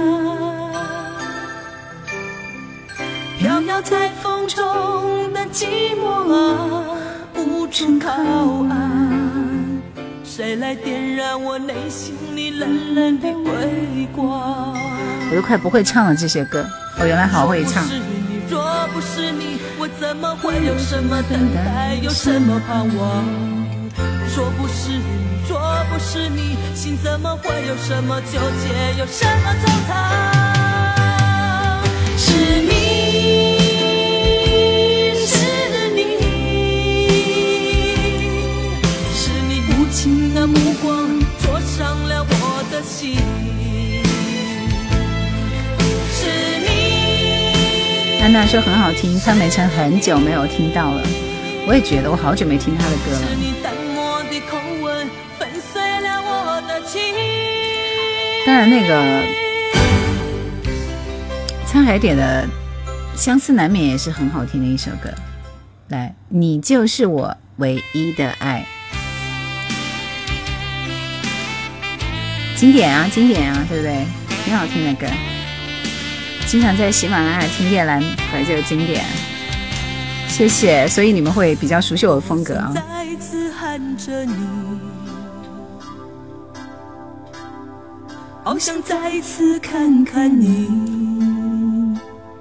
飘摇在风中的寂寞啊，无处靠岸，谁来点燃我内心里冷冷的微光？ 我都快不会唱了这些歌，我原来好会唱。 若不是你，我怎么会有什么等待，有什么盼望？若不是你，若不是你，心怎么会有什么纠结，有什么惆怅？是你，是你，是你无情的目光灼伤了我的心。 安娜说很好听，潘美辰很久没有听到了，我也觉得我好久没听她的歌了。当然那个沧海点的相思难免也是很好听的一首歌。来，你就是我唯一的爱，经典啊经典啊，对不对？挺好听的歌，经常在喜马拉雅听叶兰怀旧经典，谢谢。所以你们会比较熟悉我的风格啊。 再次喊着你，好想再次看看你，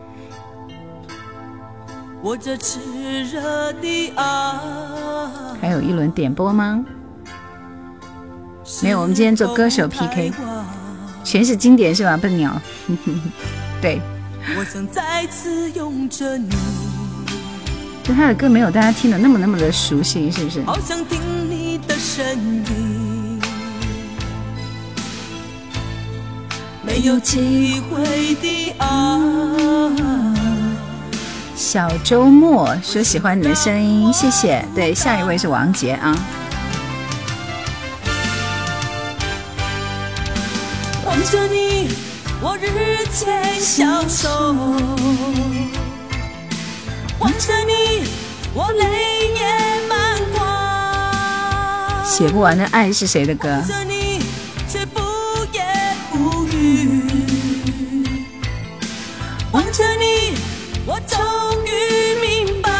我这炽热的爱。 还有一轮点播吗？没有，我们今天做歌手 PK， 全是经典是吧？笨鸟。对， 我想再次拥着你， 就他的歌没有大家听的那么的熟悉，是不是？ 好想听你的声音，没有机会的爱。 小周末说喜欢你的声音，谢谢。对，下一位是王杰啊。 望着你，我日渐消瘦，望着你，我泪也满眶。 写不完的爱是谁的歌？ 望着你，却不言不语。望着你，我终于明白，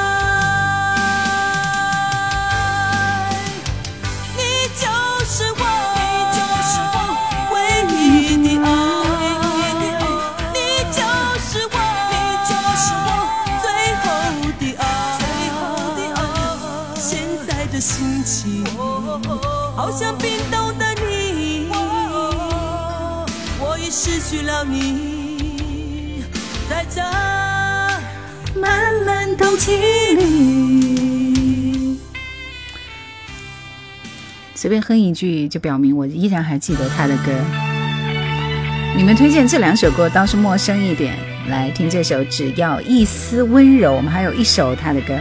你就是我，你就是我唯一的爱，你就是我，你就是我最后的爱，最后的爱。现在的心情，好像冰冻的你， 失去了你，在这漫漫冬季里。 随便哼一句就表明我依然还记得他的歌。你们推荐这2首歌倒是陌生一点，来听这首只要一丝温柔。我们还有一首他的歌，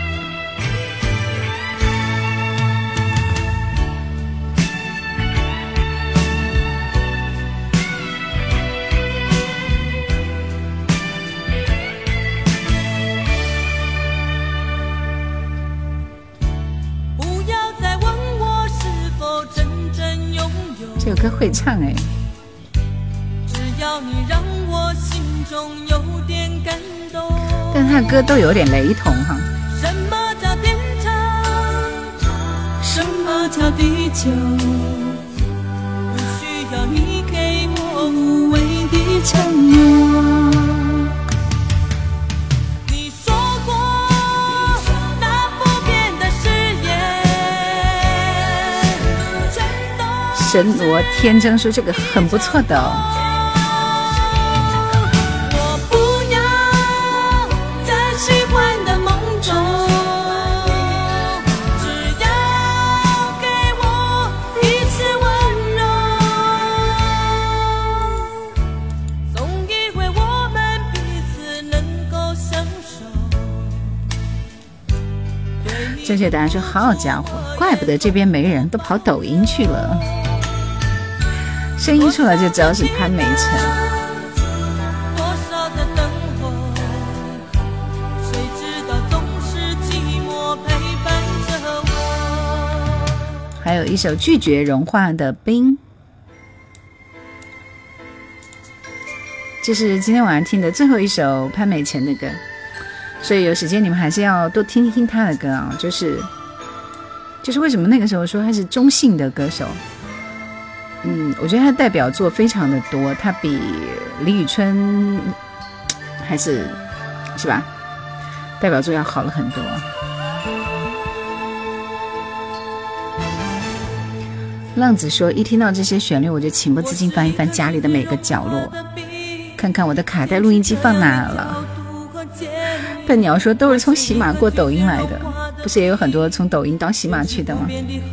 这首歌会唱哎， 只要你让我心中有点感动。 但他的歌都有点雷同哈。 什么叫天长？什么叫地久？不需要你给我无谓的承诺。你说过那不变的誓言，真的。 神罗天真说这个很不错的哦。正确答案说好家伙，怪不得这边没人，都跑抖音去了。声音出来就知道是潘美辰。还有一首拒绝融化的冰，这是今天晚上听的最后一首潘美辰的歌，所以有时间你们还是要多听一听他的歌啊。就是为什么那个时候说他是中性的歌手，我觉得他代表作非常的多，他比李宇春还是吧，代表作要好了很多。浪子说一听到这些旋律我就情不自禁翻一翻家里的每个角落，看看我的卡带录音机放哪了。笨鸟说都是从喜马过抖音来的，不是也有很多从抖音到喜马去的吗？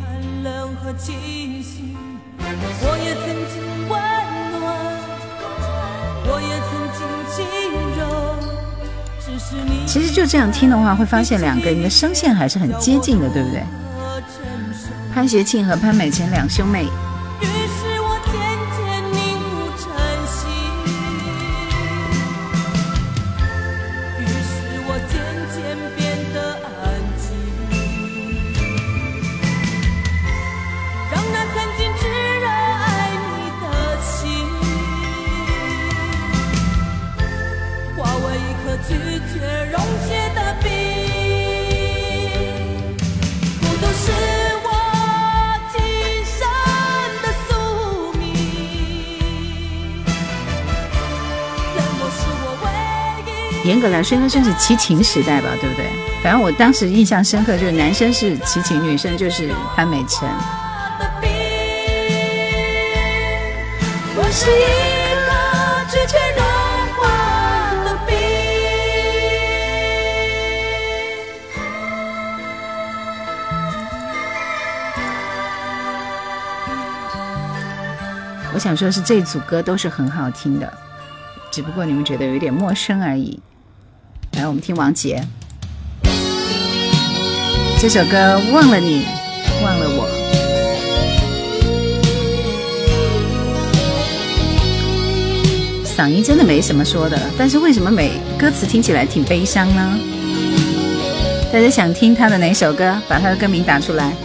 其实就这样听的话会发现两个人的声线还是很接近的，对不对？潘协庆和潘美辰两兄妹。 于是我渐渐凝固成心，于是我渐渐变得安静，让那曾经炙热爱你的心化为一颗拒绝溶解的冰，不都是严格来说应该算是齐秦时代吧，对不对？反正我当时印象深刻就是男生是齐秦，女生就是潘美辰。我是一颗拒绝融化的冰。我想说的是这组歌都是很好听的，只不过你们觉得有一点陌生而已。来，我们听王杰这首歌《忘了你，忘了我》。嗓音真的没什么说的，但是为什么歌词听起来挺悲伤呢？大家想听他的哪首歌？把他的歌名打出来。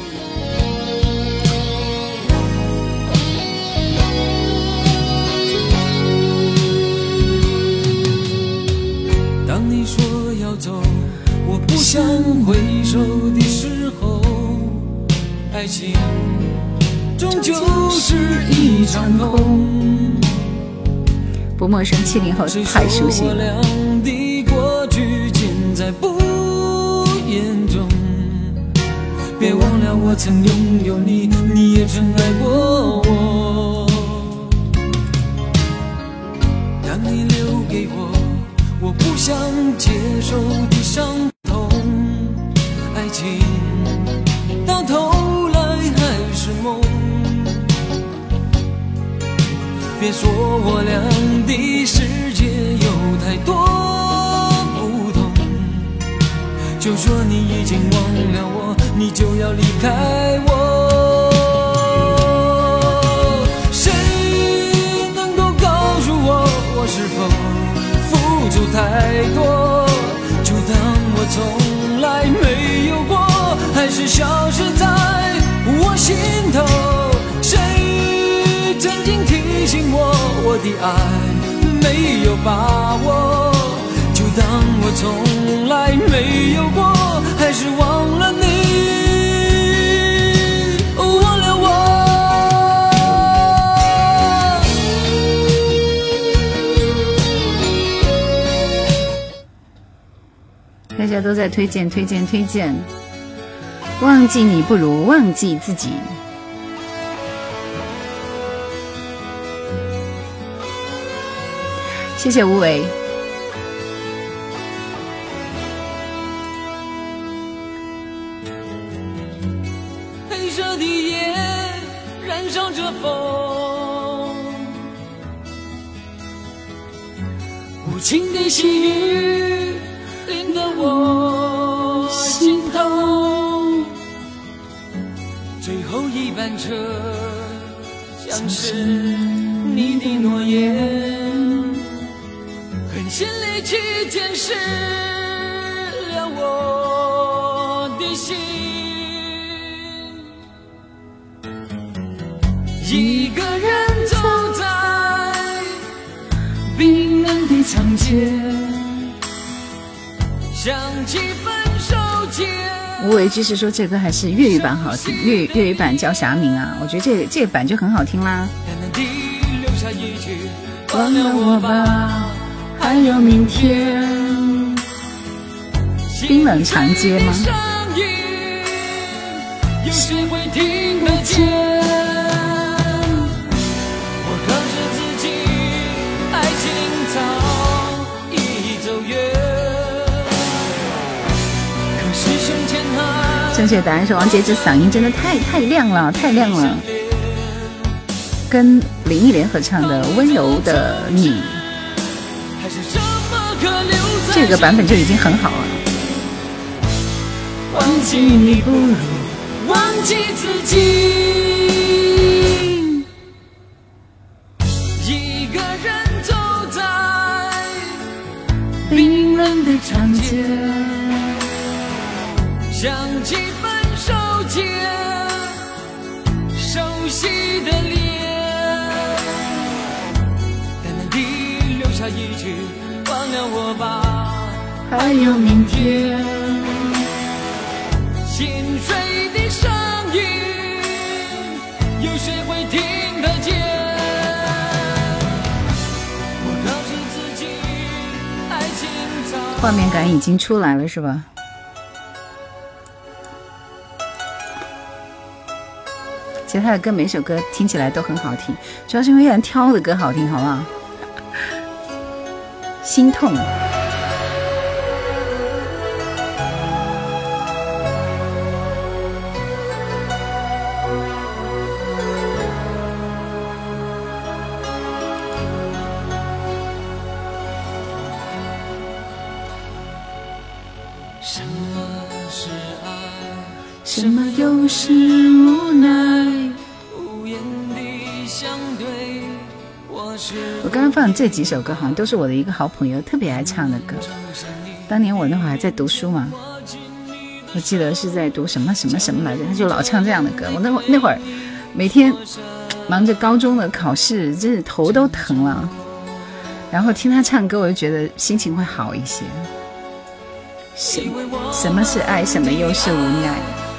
当你说要走，我不想回首的时候，爱情终究是一场空。 不陌生，70后太熟悉了。 的过去尽在不言中，别忘了我曾拥有你，你也曾爱过我。 别说我俩的世界有太多不同，就说你已经忘了我，你就要离开我。谁能够告诉我，我是否付出太多，就当我从来没有过，还是消失在我心头。谁曾经提醒我，我的爱没有把握，就当我从来没有过，还是忘了你，忘了我。 大家都在推荐，忘记你不如忘记自己。谢谢无为。 黑色的夜燃烧着风，无情的细雨淋得我心痛，最后一班车像是你的诺言，狠心离去溅湿了我的心。一个人走在冰冷的长街，想起分手前。 无为之是说这歌还是粤语版好听，粤语版叫啥名啊？我觉得这版就很好听啦。 忘了我吧，还有明天。 冰冷长街吗？ 有谁会听得见？我告诉自己，爱情早已走远，可是胸前还正确答案是王杰之嗓音真的太亮了，太亮了，跟林忆莲合唱的《温柔的你》这个版本就已经很好了。 忘记你不如忘记自己，一个人走在冰冷的长街，想起分手前熟悉的脸，淡淡地留下一句忘了我吧，还有明天。心碎的声音，有谁会听得见？我告诉自己，爱情早。 画面感已经出来了是吧？其实他的歌每首歌听起来都很好听，主要是因为人挑的歌好听，好不好？心痛。 什么是爱？ 什么又是无奈？ 无言的相对， 我刚刚放的这几首歌好像都是我的一个好朋友特别爱唱的歌。当年我那会儿还在读书嘛，我记得是在读什么什么什么来着，他就老唱这样的歌。我那会儿每天忙着高中的考试，真是头都疼了。然后听他唱歌，我就觉得心情会好一些。什么是爱，什么又是无奈？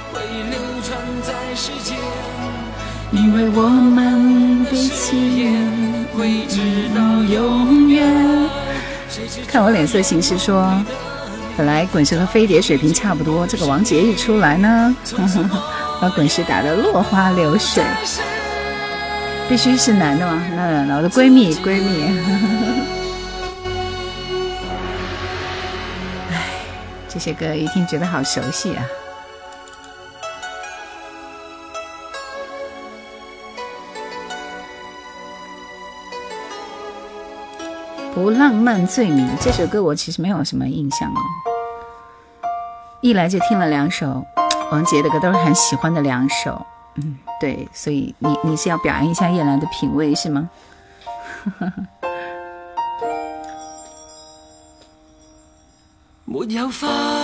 因为我们的誓言会直到永远。看我脸色行事说，本来滚石和飞碟水平差不多，这个王杰一出来呢，把滚石打得落花流水。必须是男的吗？那我的闺蜜唉，这些歌一听觉得好熟悉啊。 不浪漫罪名这首歌我其实没有什么印象哦，一来就听了2首王杰的歌，都是很喜欢的2首。对，所以你是要表扬一下叶兰的品味是吗？ 没有花，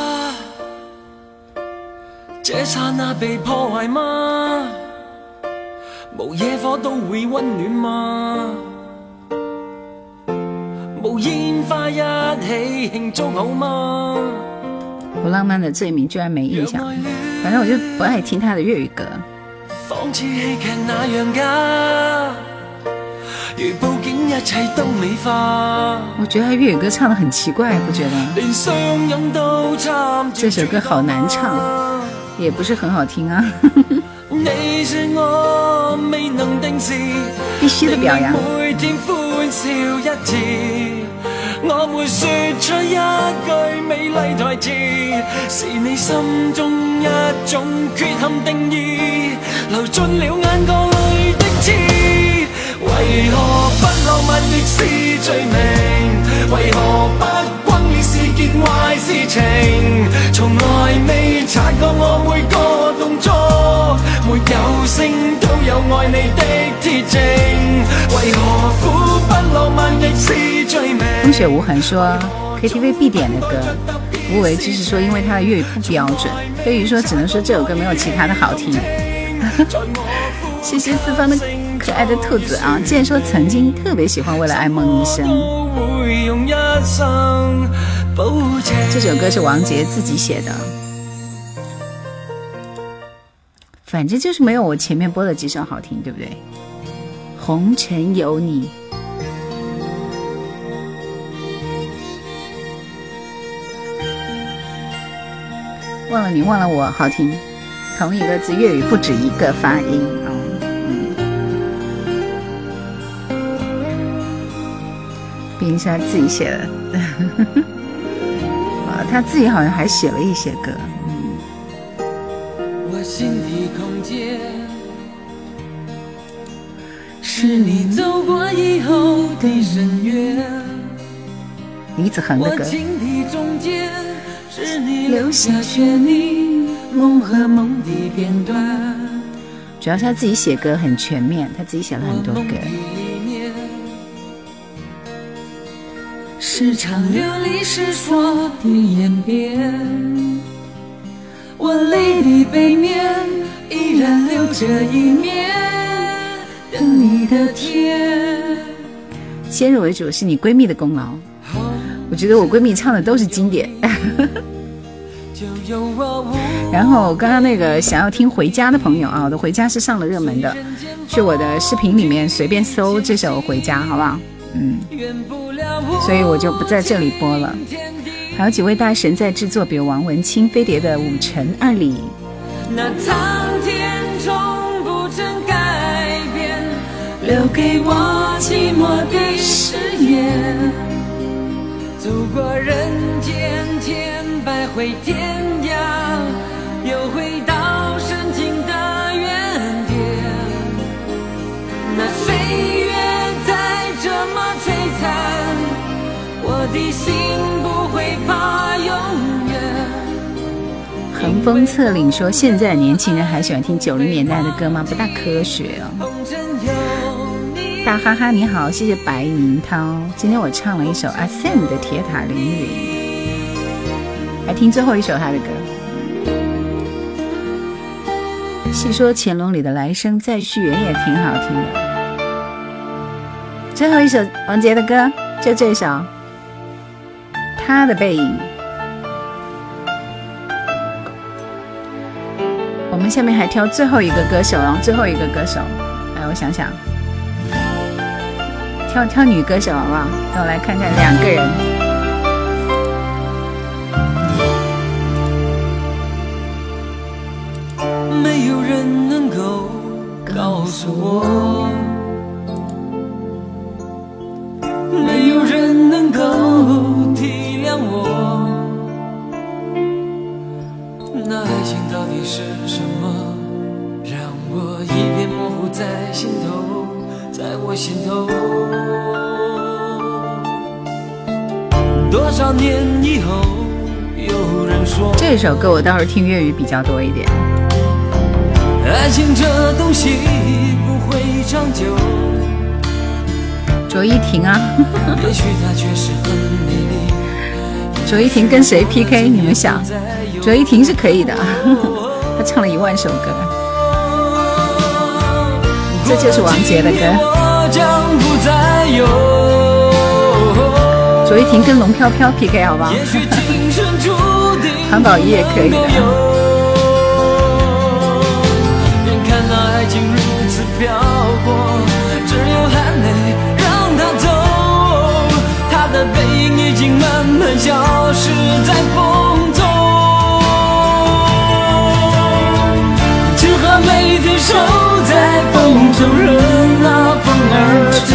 这刹那被破坏吗？无野火都会温暖吗？无烟花一起庆祝好吗？ 不浪漫的罪名居然没印象，反正我就不爱听他的粤语歌。 仿似戏剧那样假，如布景一切都美化。 我觉得他粤语歌唱得很奇怪，不觉得？ 连相拥都参照。 这首歌好难唱，也不是很好听啊。 你说我未能定时， 必须的表扬。 每天欢笑一次，我没说出一句美丽台词，是你心中一种缺陷定义，流进了眼角里的刺。为何不浪漫亦是罪名？为何不轟烈是件壞事情？從來未察覺我每個動作，沒有聲都有愛你的鐵證。為何苦不浪漫亦是罪名？ 風雪無痕說 KTV 必點的歌，無為之是說因為他的粵語不標準，飛魚說只能說這首歌沒有其他的好聽。謝謝四方的可愛的兔子啊！既然說曾經特別喜歡《為了愛夢一生》，這首歌是王傑自己寫的，反正就是沒有我前面播的幾首好聽，對不對？紅塵有你，忘了你忘了我好聽，同一個字粵語不止一個發音啊。畢竟是他自己寫的他自己好像還寫了一些歌。 我心的空間是你走過以後的深淵， 李子恒的歌。 我心的中間是你留下絢麗夢和夢的片段。 主要是他自己寫歌很全面，他自己寫了很多歌。 是場流離失所的演變，我淚的背面依然留着一面等你的天。 先入為主是你閨蜜的功勞，我覺得我閨蜜唱的都是經典。然後剛剛那個想要聽回家的朋友啊，我的回家是上了熱門的，去我的視頻裡面隨便搜這首回家好不好？所以我就不在這裡播了。還有幾位大神在製作，比如王文清、飛碟的5城2里。 那蒼天從不曾改變，留給我寂寞的誓言，走過人間千百回天涯，又回到深情的原點。那歲月再這麼璀璨，我的心不會怕永遠。 橫風側嶺說現在年輕人還喜歡聽90年代的歌嗎？不大科學哦。大哈哈你好，謝謝白明濤。今天我唱了一首阿 Sam 的鐵塔凌雲，來聽最後一首他的歌。細說乾隆裡的來生再續緣也挺好聽的。最後一首王傑的歌就這首他的背影。我們下面還挑最後一個歌手，然後最後一個歌手，來我想想，挑女歌手好不好？讓我來看看兩個人。 沒有人能夠告訴我，沒有人能夠體諒我，那愛情到底是什麼？讓我一片模糊在心頭，在我心頭。 多少年以后有人说， 这首歌我倒是听粤语比较多一点。 爱情这东西不会长久， 卓依婷啊也许它确实很美丽。 卓依婷跟谁 PK 你们想？卓依婷是可以的她唱了10000首歌，这就是王杰的歌。卓依婷跟龙飘飘 PK 好不好？韩宝仪也可以的。 眼看那爱情如此飘过，只有含泪让它走，它的背影已经慢慢消失在风中，只好每天守在风中，任那风儿吹，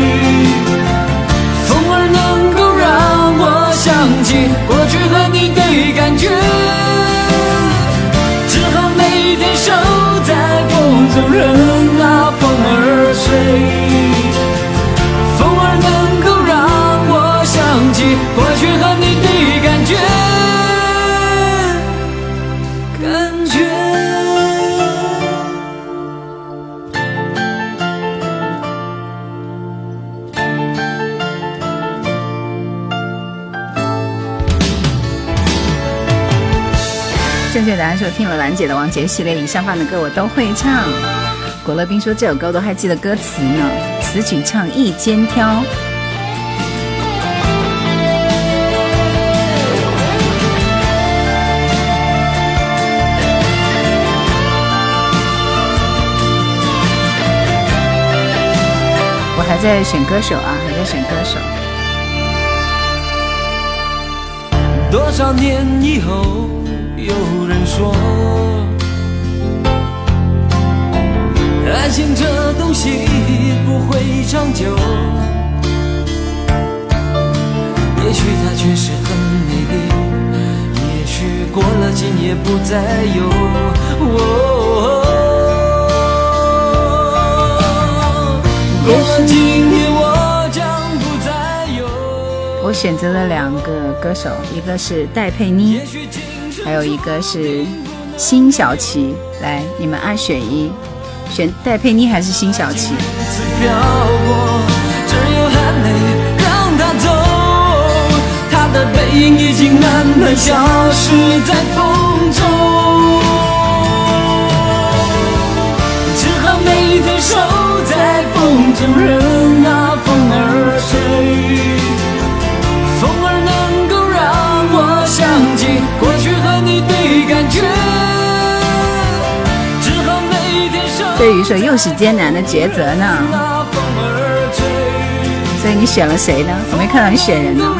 风儿能够让我想起过去和你的感觉，只好每天守在风中，任那风儿吹，风儿能够让我想起过去和你的感觉。 正确答案是我听了兰姐的王杰系列以上放的歌我都会唱。果乐冰说这首歌我都还记得歌词呢，词曲唱一肩挑。我还在选歌手啊，还在选歌手。 多少年以后有人说，爱情这东西不会长久，也许它确实很美丽，也许过了今夜不再有。过了今夜我将不再有。 我选择了2个歌手，一个是戴佩妮，还有一个是辛晓琪。来，你们爱选一，选戴佩妮还是辛晓琪？ 只有含泪让它走，它的背影已经慢慢消失在风中，只好每天守在风中，任那风儿吹，风儿能够让我想起过去和你的感觉，只好每天守。 对于说又是艰难的抉择呢，所以你选了谁呢？我没看到你选人呢。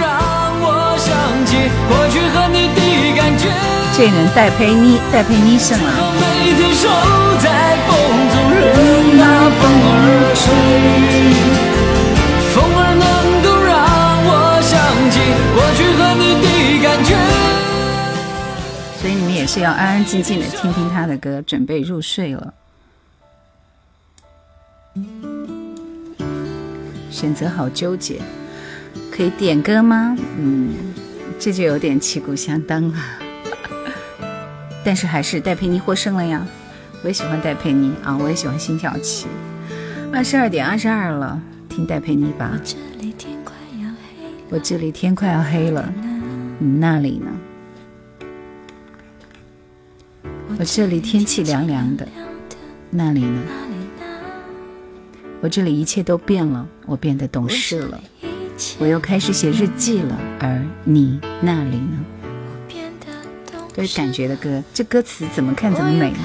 这人戴佩妮，戴佩妮是吗？ 每天守在风中，任那风儿吹，风儿能够让我想起过去和你的感觉。 所以你们也是要安安静静的听听他的歌，准备入睡了。选择好纠结，可以点歌吗？这就有点旗鼓相当了。但是还是戴佩妮获胜了呀，我也喜欢戴佩妮啊，我也喜欢辛晓琪。22点22了，听戴佩妮吧。我这里天快要黑了，你那里呢？我这里天气凉凉的，那里呢？我这里一切都变了，我变得懂事了，我又开始写日记了，而你那里呢？都是感觉的歌，这歌词怎么看怎么美呢？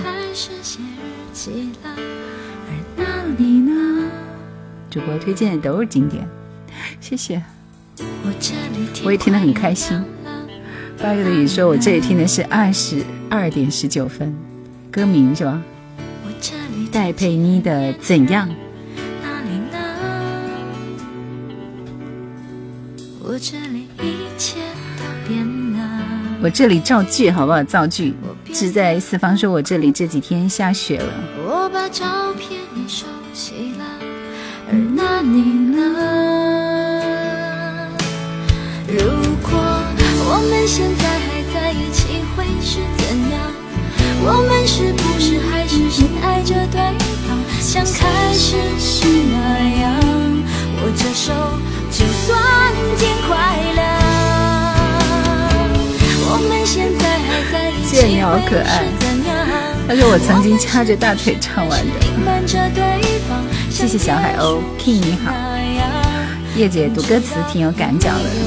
主播推荐的都是经典，谢谢，我也听得很开心。八月的雨说我这里听的是22点19分，歌名是吧？戴佩妮的怎样？我这里造句好不好？造句志在四方说我这里这几天下雪了， 我把照片也收起了，而那你呢？如果我们现在还在一起会是怎样？我们是不是还是深爱着对方，像开始时那样，握着手就算天快亮。我们现在还在一起会是怎样？ 他说我曾经掐着大腿唱完的。谢谢小海鸥 King 你好，叶姐读歌词挺有感脚的。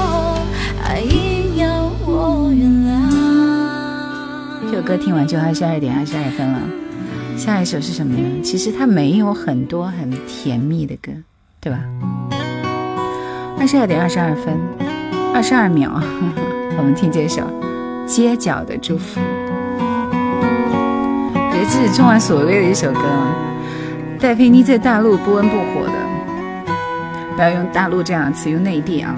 这首歌听完就22点22分了。下一首是什么呢？其实它没有很多很甜蜜的歌，对吧？22点22分22秒，我们听这首街角的祝福。觉得这是充满所谓的一首歌吗？戴佩妮在大陆不温不火的，不要用大陆这样的词，用内地啊。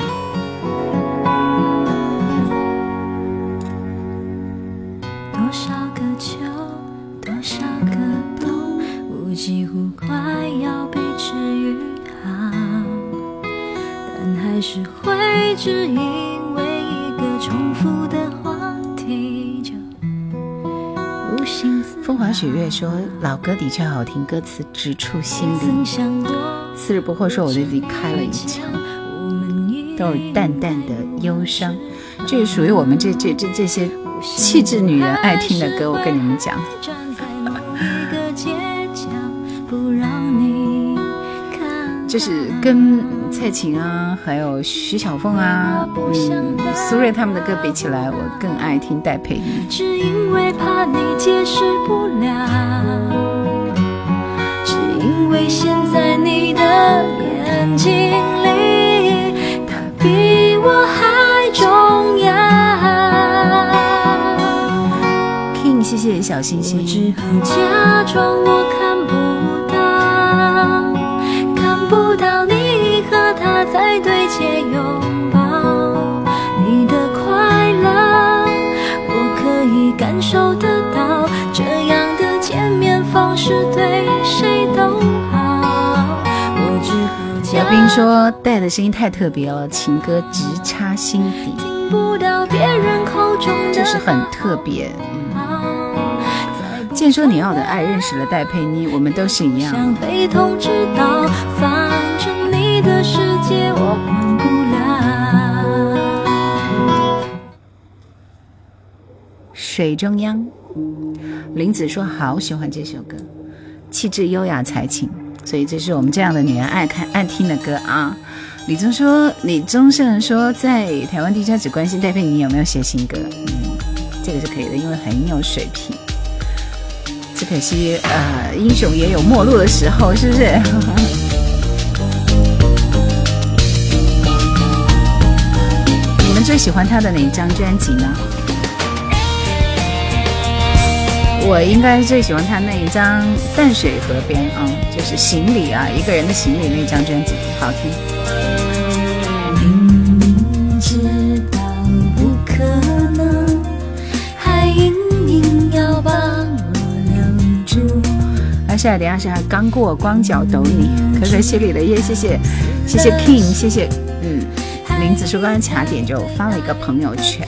多少个秋，多少个冬，我几乎快要被治愈好，但还是会只因为一个重复的话题就无心自风华雪月说老歌的确好听，歌词直触心灵。四日不惑说我对自己开了一枪，都有淡淡的忧伤，这是属于我们这些气质女人爱听的歌。我跟你们讲，就是跟蔡琴啊还有徐小凤啊苏芮他们的歌比起来，我更爱听戴佩妮。 只因为怕你解释不了，只因为现在你的眼睛里他比我还重要。 King 谢谢小星星。 我只好假装我看不到你和他在对街拥抱，你的快乐我可以感受得到，这样的见面方式对谁都好。我只好姚斌说戴的声音太特别了，情歌直插心底， 听不到别人口中的就是很特别。见说你要的爱认识了戴佩妮，我们都是一样。 想被通知到，反正你的世界我管不了。 水中央，林子说好喜欢这首歌，气质优雅才情，所以这是我们这样的女人爱听的歌啊。李宗盛说在台湾地区只关心戴佩妮有没有写新歌，这个是可以的，因为很有水平。只可惜英雄也有没落的时候，是不是？你们最喜欢他的哪一张专辑呢？我应该最喜欢他那一张淡水河边啊，就是行李啊，一个人的行李那张专辑好听。 明知道不可能，还硬要把 22点22刚过光脚抖你，可可西里的夜，谢谢 King， 谢谢林子说刚刚卡点就发了一个朋友圈。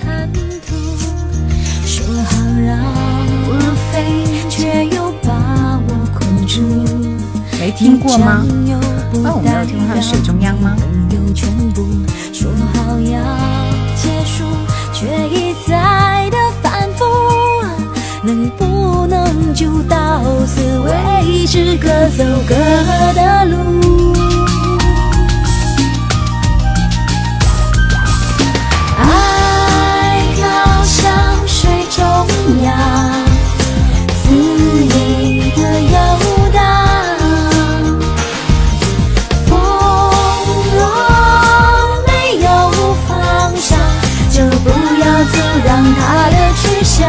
说好让我飞，却又把我困住。 没听过吗？我没有听过他的水中央吗？ 说好要结束，却一再的反复，能不能就到此为止，各走各的路。爱飘向水中央，肆意的游荡，风若没有方向，就不要阻挡它的去向。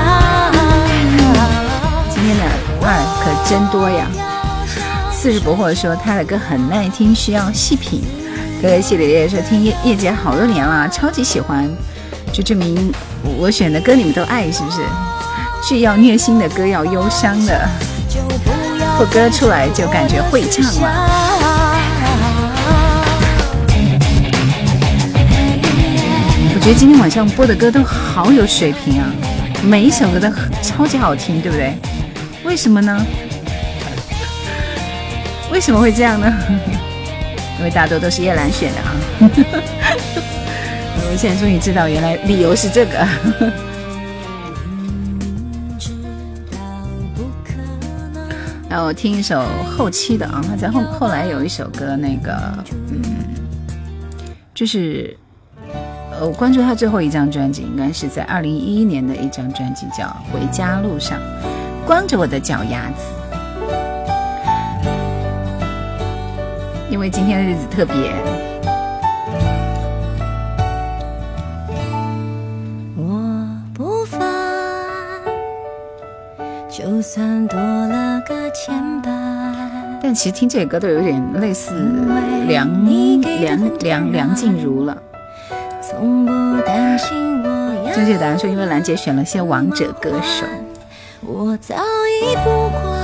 今天的可真多呀！四十不惑说他的歌很耐听，需要细品。可可西里也说听叶姐好多年了，超级喜欢，就证明我选的歌你们都爱，是不是？是要虐心的歌，要忧伤的，副歌出来就感觉会唱了。不觉得今天晚上播的歌都好有水平啊，每一首歌都超级好听，对不对？为什么呢？为什么会这样呢？因为大多都是叶兰选的啊。我现在终于知道原来理由是这个。然后我听一首后期的啊，他在后来有一首歌，那个就是我关注他最后一张专辑，应该是在2011年的一张专辑，叫《回家路上》，光着我的脚丫子。因为今天的日子特别。 我不烦，就算多了个牵绊。 但其实听这个歌都有点类似梁静茹了。 从不担心我正确答案说，因为兰姐选了些王者歌手。 我早已不管。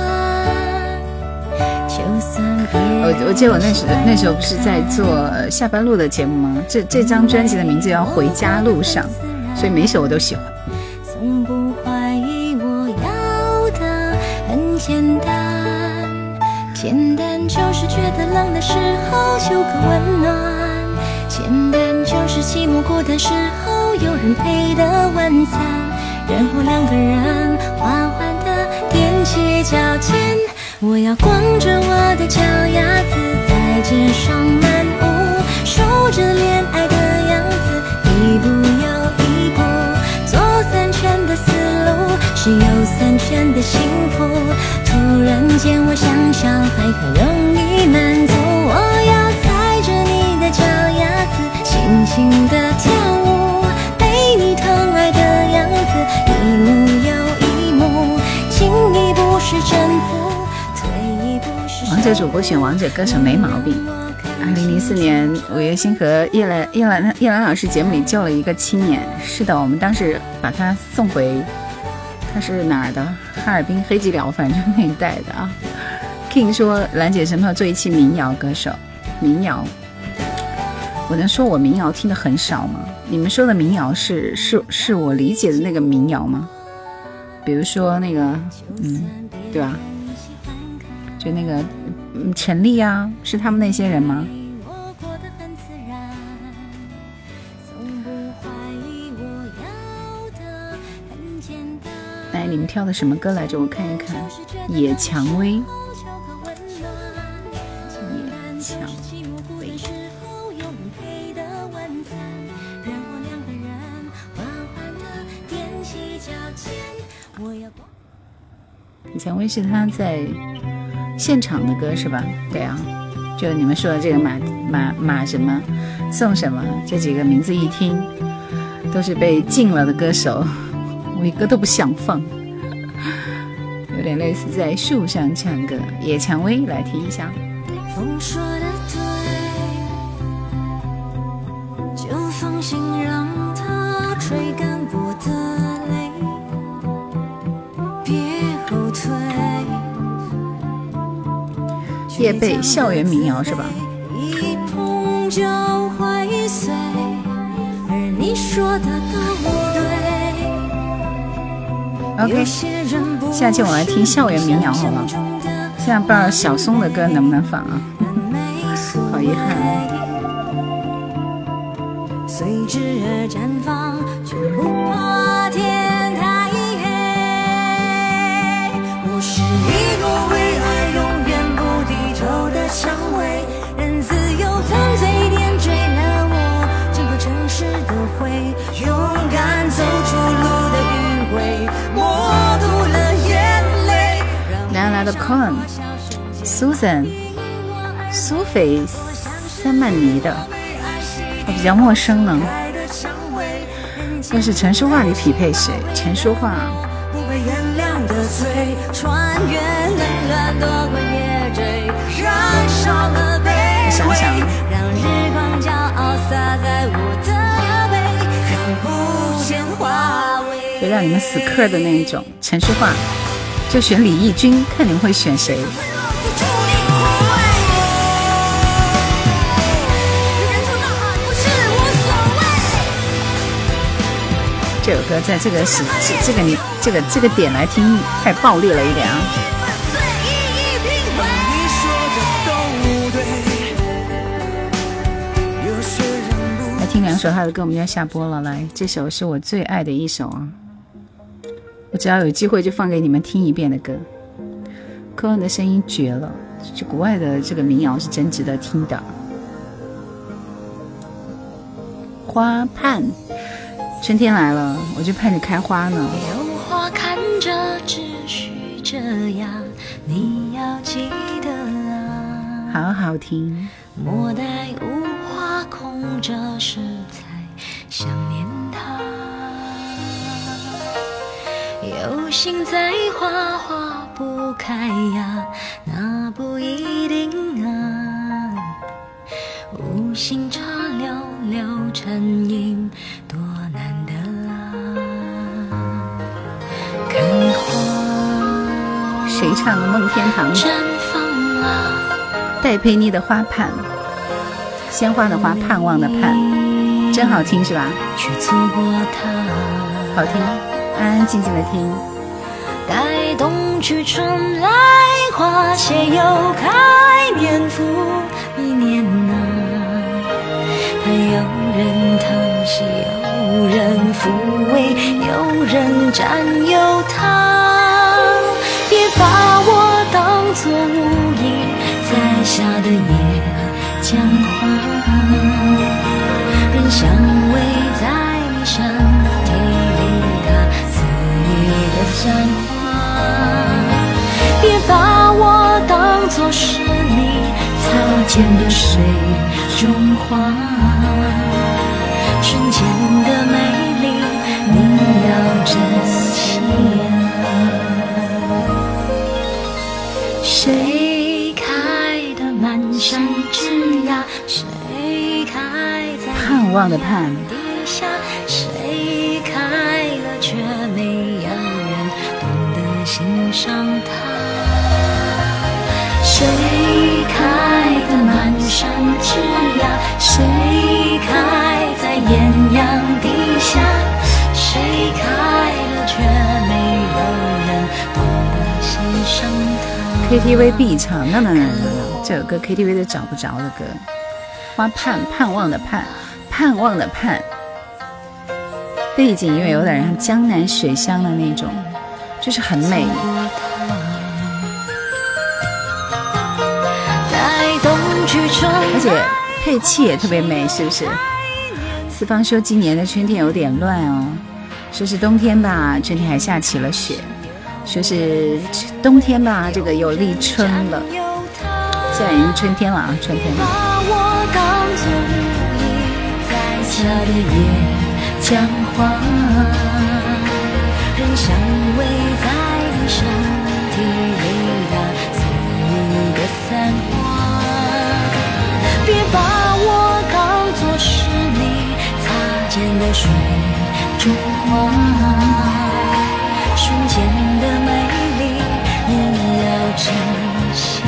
我记得我那时候不是在做下班路的节目吗？这张专辑的名字叫《回家路上》，所以每一首我都喜欢。 从不怀疑我要的很简单，简单就是觉得冷的时候有个温暖，简单就是寂寞孤单时候有人陪的晚餐，然后两个人缓缓地踮起脚尖。我要光着我的脚丫子在街上漫舞，数着恋爱的样子，一步又一步，左3圈的思路是右3圈的幸福。突然间我想想还很容易满足，我要踩着你的脚丫子轻轻地跳舞，被你疼爱的样子一幕又一幕，进一步是征服， 王者主播选王者歌手没毛病。2004年5月星河叶兰老师节目里救了一个青年，是的，我们当时把他送回，他是哪儿的？哈尔滨黑吉辽，反正那一带的啊。King 说兰姐什么时候做一期民谣歌手？民谣，我能说我民谣听的很少吗？你们说的民谣是我理解的那个民谣吗？比如说那个对吧？就那个陈粒啊，是他们那些人吗？来，你们挑的什么歌来着？我看一看。野蔷薇，野蔷薇。野蔷薇是他在现场的歌是吧？对啊，就你们说的这个马什么宋什么这几个名字一听都是被禁了的歌手，我一个都不想放，有点类似在树上唱歌。野蔷薇来听一下。 风说的对，就放心让它吹干我的泪，别后退。 叶蓓校园民谣是吧？ 一碰就会碎，而你说的都对。 OK， 下期我来听校园民谣好吗？现在不知道小松的歌能不能放啊？好遗憾啊。 随之而绽放，就不怕天太黑。我是一朵为爱永远不低头的蔷薇，任自由犯罪点缀了我整个城市的灰，勇敢走出路的迂回，默读了眼泪。 来来的 Con Susan 苏菲三曼尼的，我比较陌生呢。要是陈淑桦你匹配谁？陈淑桦不被原谅的罪，穿越冷暖躲过夜追，燃烧了悲哀，让日光骄傲洒在我的背，看不见花薇。 就让你们死磕的那一种。陈淑桦就选李翊君，看你们会选谁。 这首歌在这个点来听太暴烈了一点啊。来听两首他的歌，我们就要下播了。来，这首是我最爱的一首啊，我只要有机会就放给你们听一遍的歌。科恩的声音绝了，这国外的这个民谣是真值得听的。花盼，春天来了，我就盼着开花呢。 有花看着，只需这样，你要记得啊。 好好听。 莫待无花空着时才想念他。有心栽花花不开呀，那不一定啊。无心插寥寥沉吟，多难得啊。看花谁唱梦天堂？ 绽放啊， 戴佩妮的花盼，鲜花的花，盼望的盼，真好听是吧？ 却错过它。 好听，安安静静的听。 待冬去春来，花谢又开，年复一年啊。还有人疼惜，有人抚慰，有人占有它。别把我当作无意栽下的野江花，人香味在你身体里，它肆意的散花。别把我当作是你擦肩的水中花，瞬间的美丽你要珍惜啊。谁开的满山枝桠，谁开在盼望的盼地下，谁开了却没有人懂得欣赏它。谁开的满山枝桠，谁开在艳阳底下，谁开了却没有人懂得欣赏它。 KTV 必唱，那这首歌 KTV 都找不着的歌。花盼，盼望的盼，盼望的盼。背景音乐有点像江南水乡的那种，就是很美。而且配器也特别美，是不是？四方说今年的春天有点乱哦，说是冬天吧，春天还下起了雪，说是冬天吧，这个有立春了，现在已经春天了啊，春天了。 把我当作无意栽下的野江花，人香味在你身体里，它肆意的散花。别把我当作是你擦肩的水中花，瞬间的美丽你要珍惜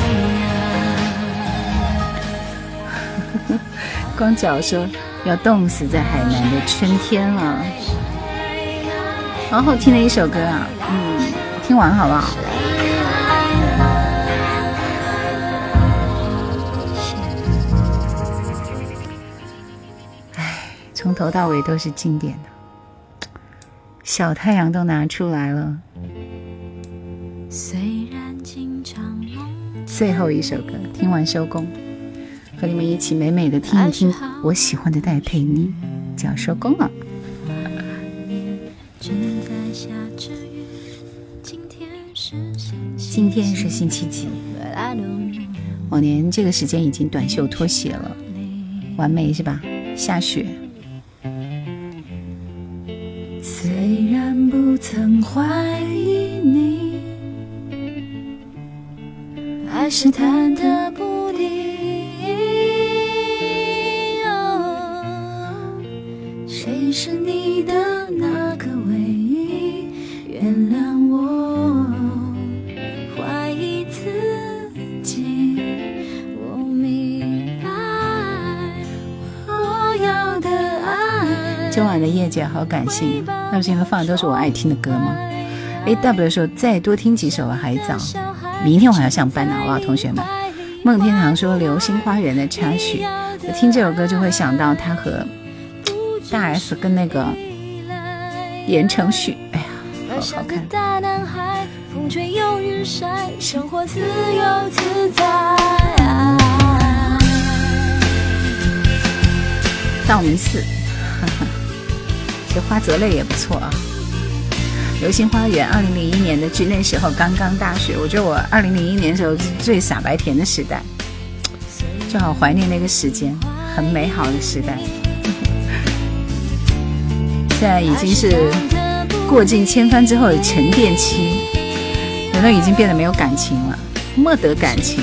啊。 光脚说要冻死在海南的春天了，好好听的一首歌啊，听完好不好？从头到尾都是经典的，小太阳都拿出来了。 虽然经常最后一首歌，听完收工，和你们一起美美的听一听我喜欢的戴佩妮，就要收工了。今天是星期几？往年这个时间已经短袖拖鞋了，完美是吧？下雪。虽然不曾怀疑你，还是忐忑不定，谁是你的那个唯一？原谅我怀疑自己，我明白我要的爱周晚的夜景好感性，那不是因为放的都是我爱听的歌吗？ AW 说再多听几首还早，明天我还要上班呢，好不好同学们？梦天堂说流星花园的插曲，我听这首歌就会想到他和大 S 跟那个言承旭，哎呀好好看。风吹又日晒，生活自由自在。道明寺，这花泽类也不错啊。流星花园2001年的剧，那时候刚刚大学，我觉得我2001年的时候是最傻白甜的时代，就好怀念那个时间，很美好的时代。现在已经是过尽千帆之后的沉淀期，人都已经变得没有感情了，没得感情。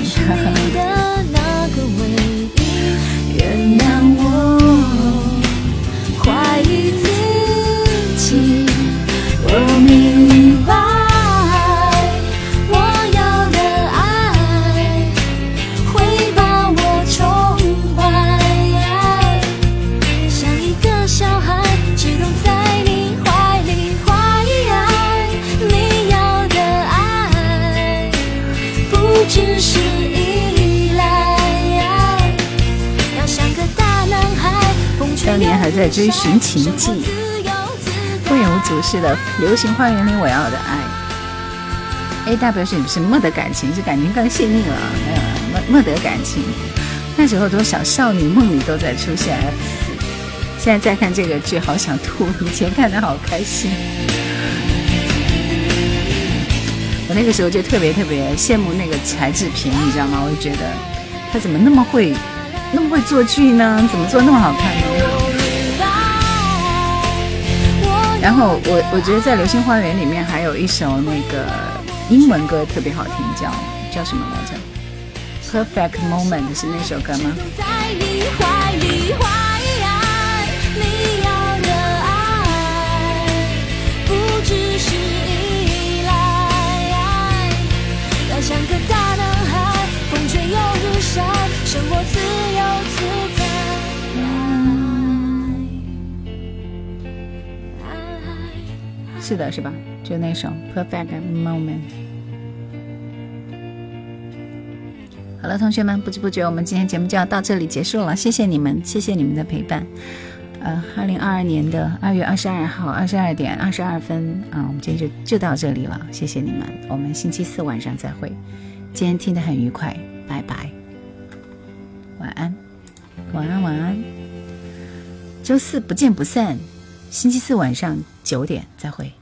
原谅我怀疑自己，我明白我要的爱会把我宠坏，像一个小孩只懂在你怀里怀你要的爱不只是依赖，要像个大男孩。当年还在追寻情迹，不远无阻式的流行花园里我要的爱。 AW 是不是没得感情，是感情更细腻了，没得感情。那时候多少少女梦里都在出现 F4， 现在再看这个剧好想吐，以前看得好开心。我那个时候就特别羡慕那个柴智屏，你知道吗？我就觉得他怎么那么会做剧呢？怎么做那么好看呢？然后我觉得在流星花园里面还有一首那个英文歌特别好听，叫什么来着？ Perfect Moment 是那首歌吗？在你怀里你要的爱不只是依赖，要像个大男孩，风吹又日晒，生活自由自在。是的，是吧？就那首 Perfect Moment。 好了，同学们，不知不觉我们今天节目就要到这里结束了，谢谢你们，谢谢你们的陪伴。2022年的2月22号22点22分啊，我们今天就到这里了，谢谢你们，我们星期四晚上再会。今天听得很愉快，拜拜，晚安，晚安，晚安。周四不见不散，星期四晚上9点再会。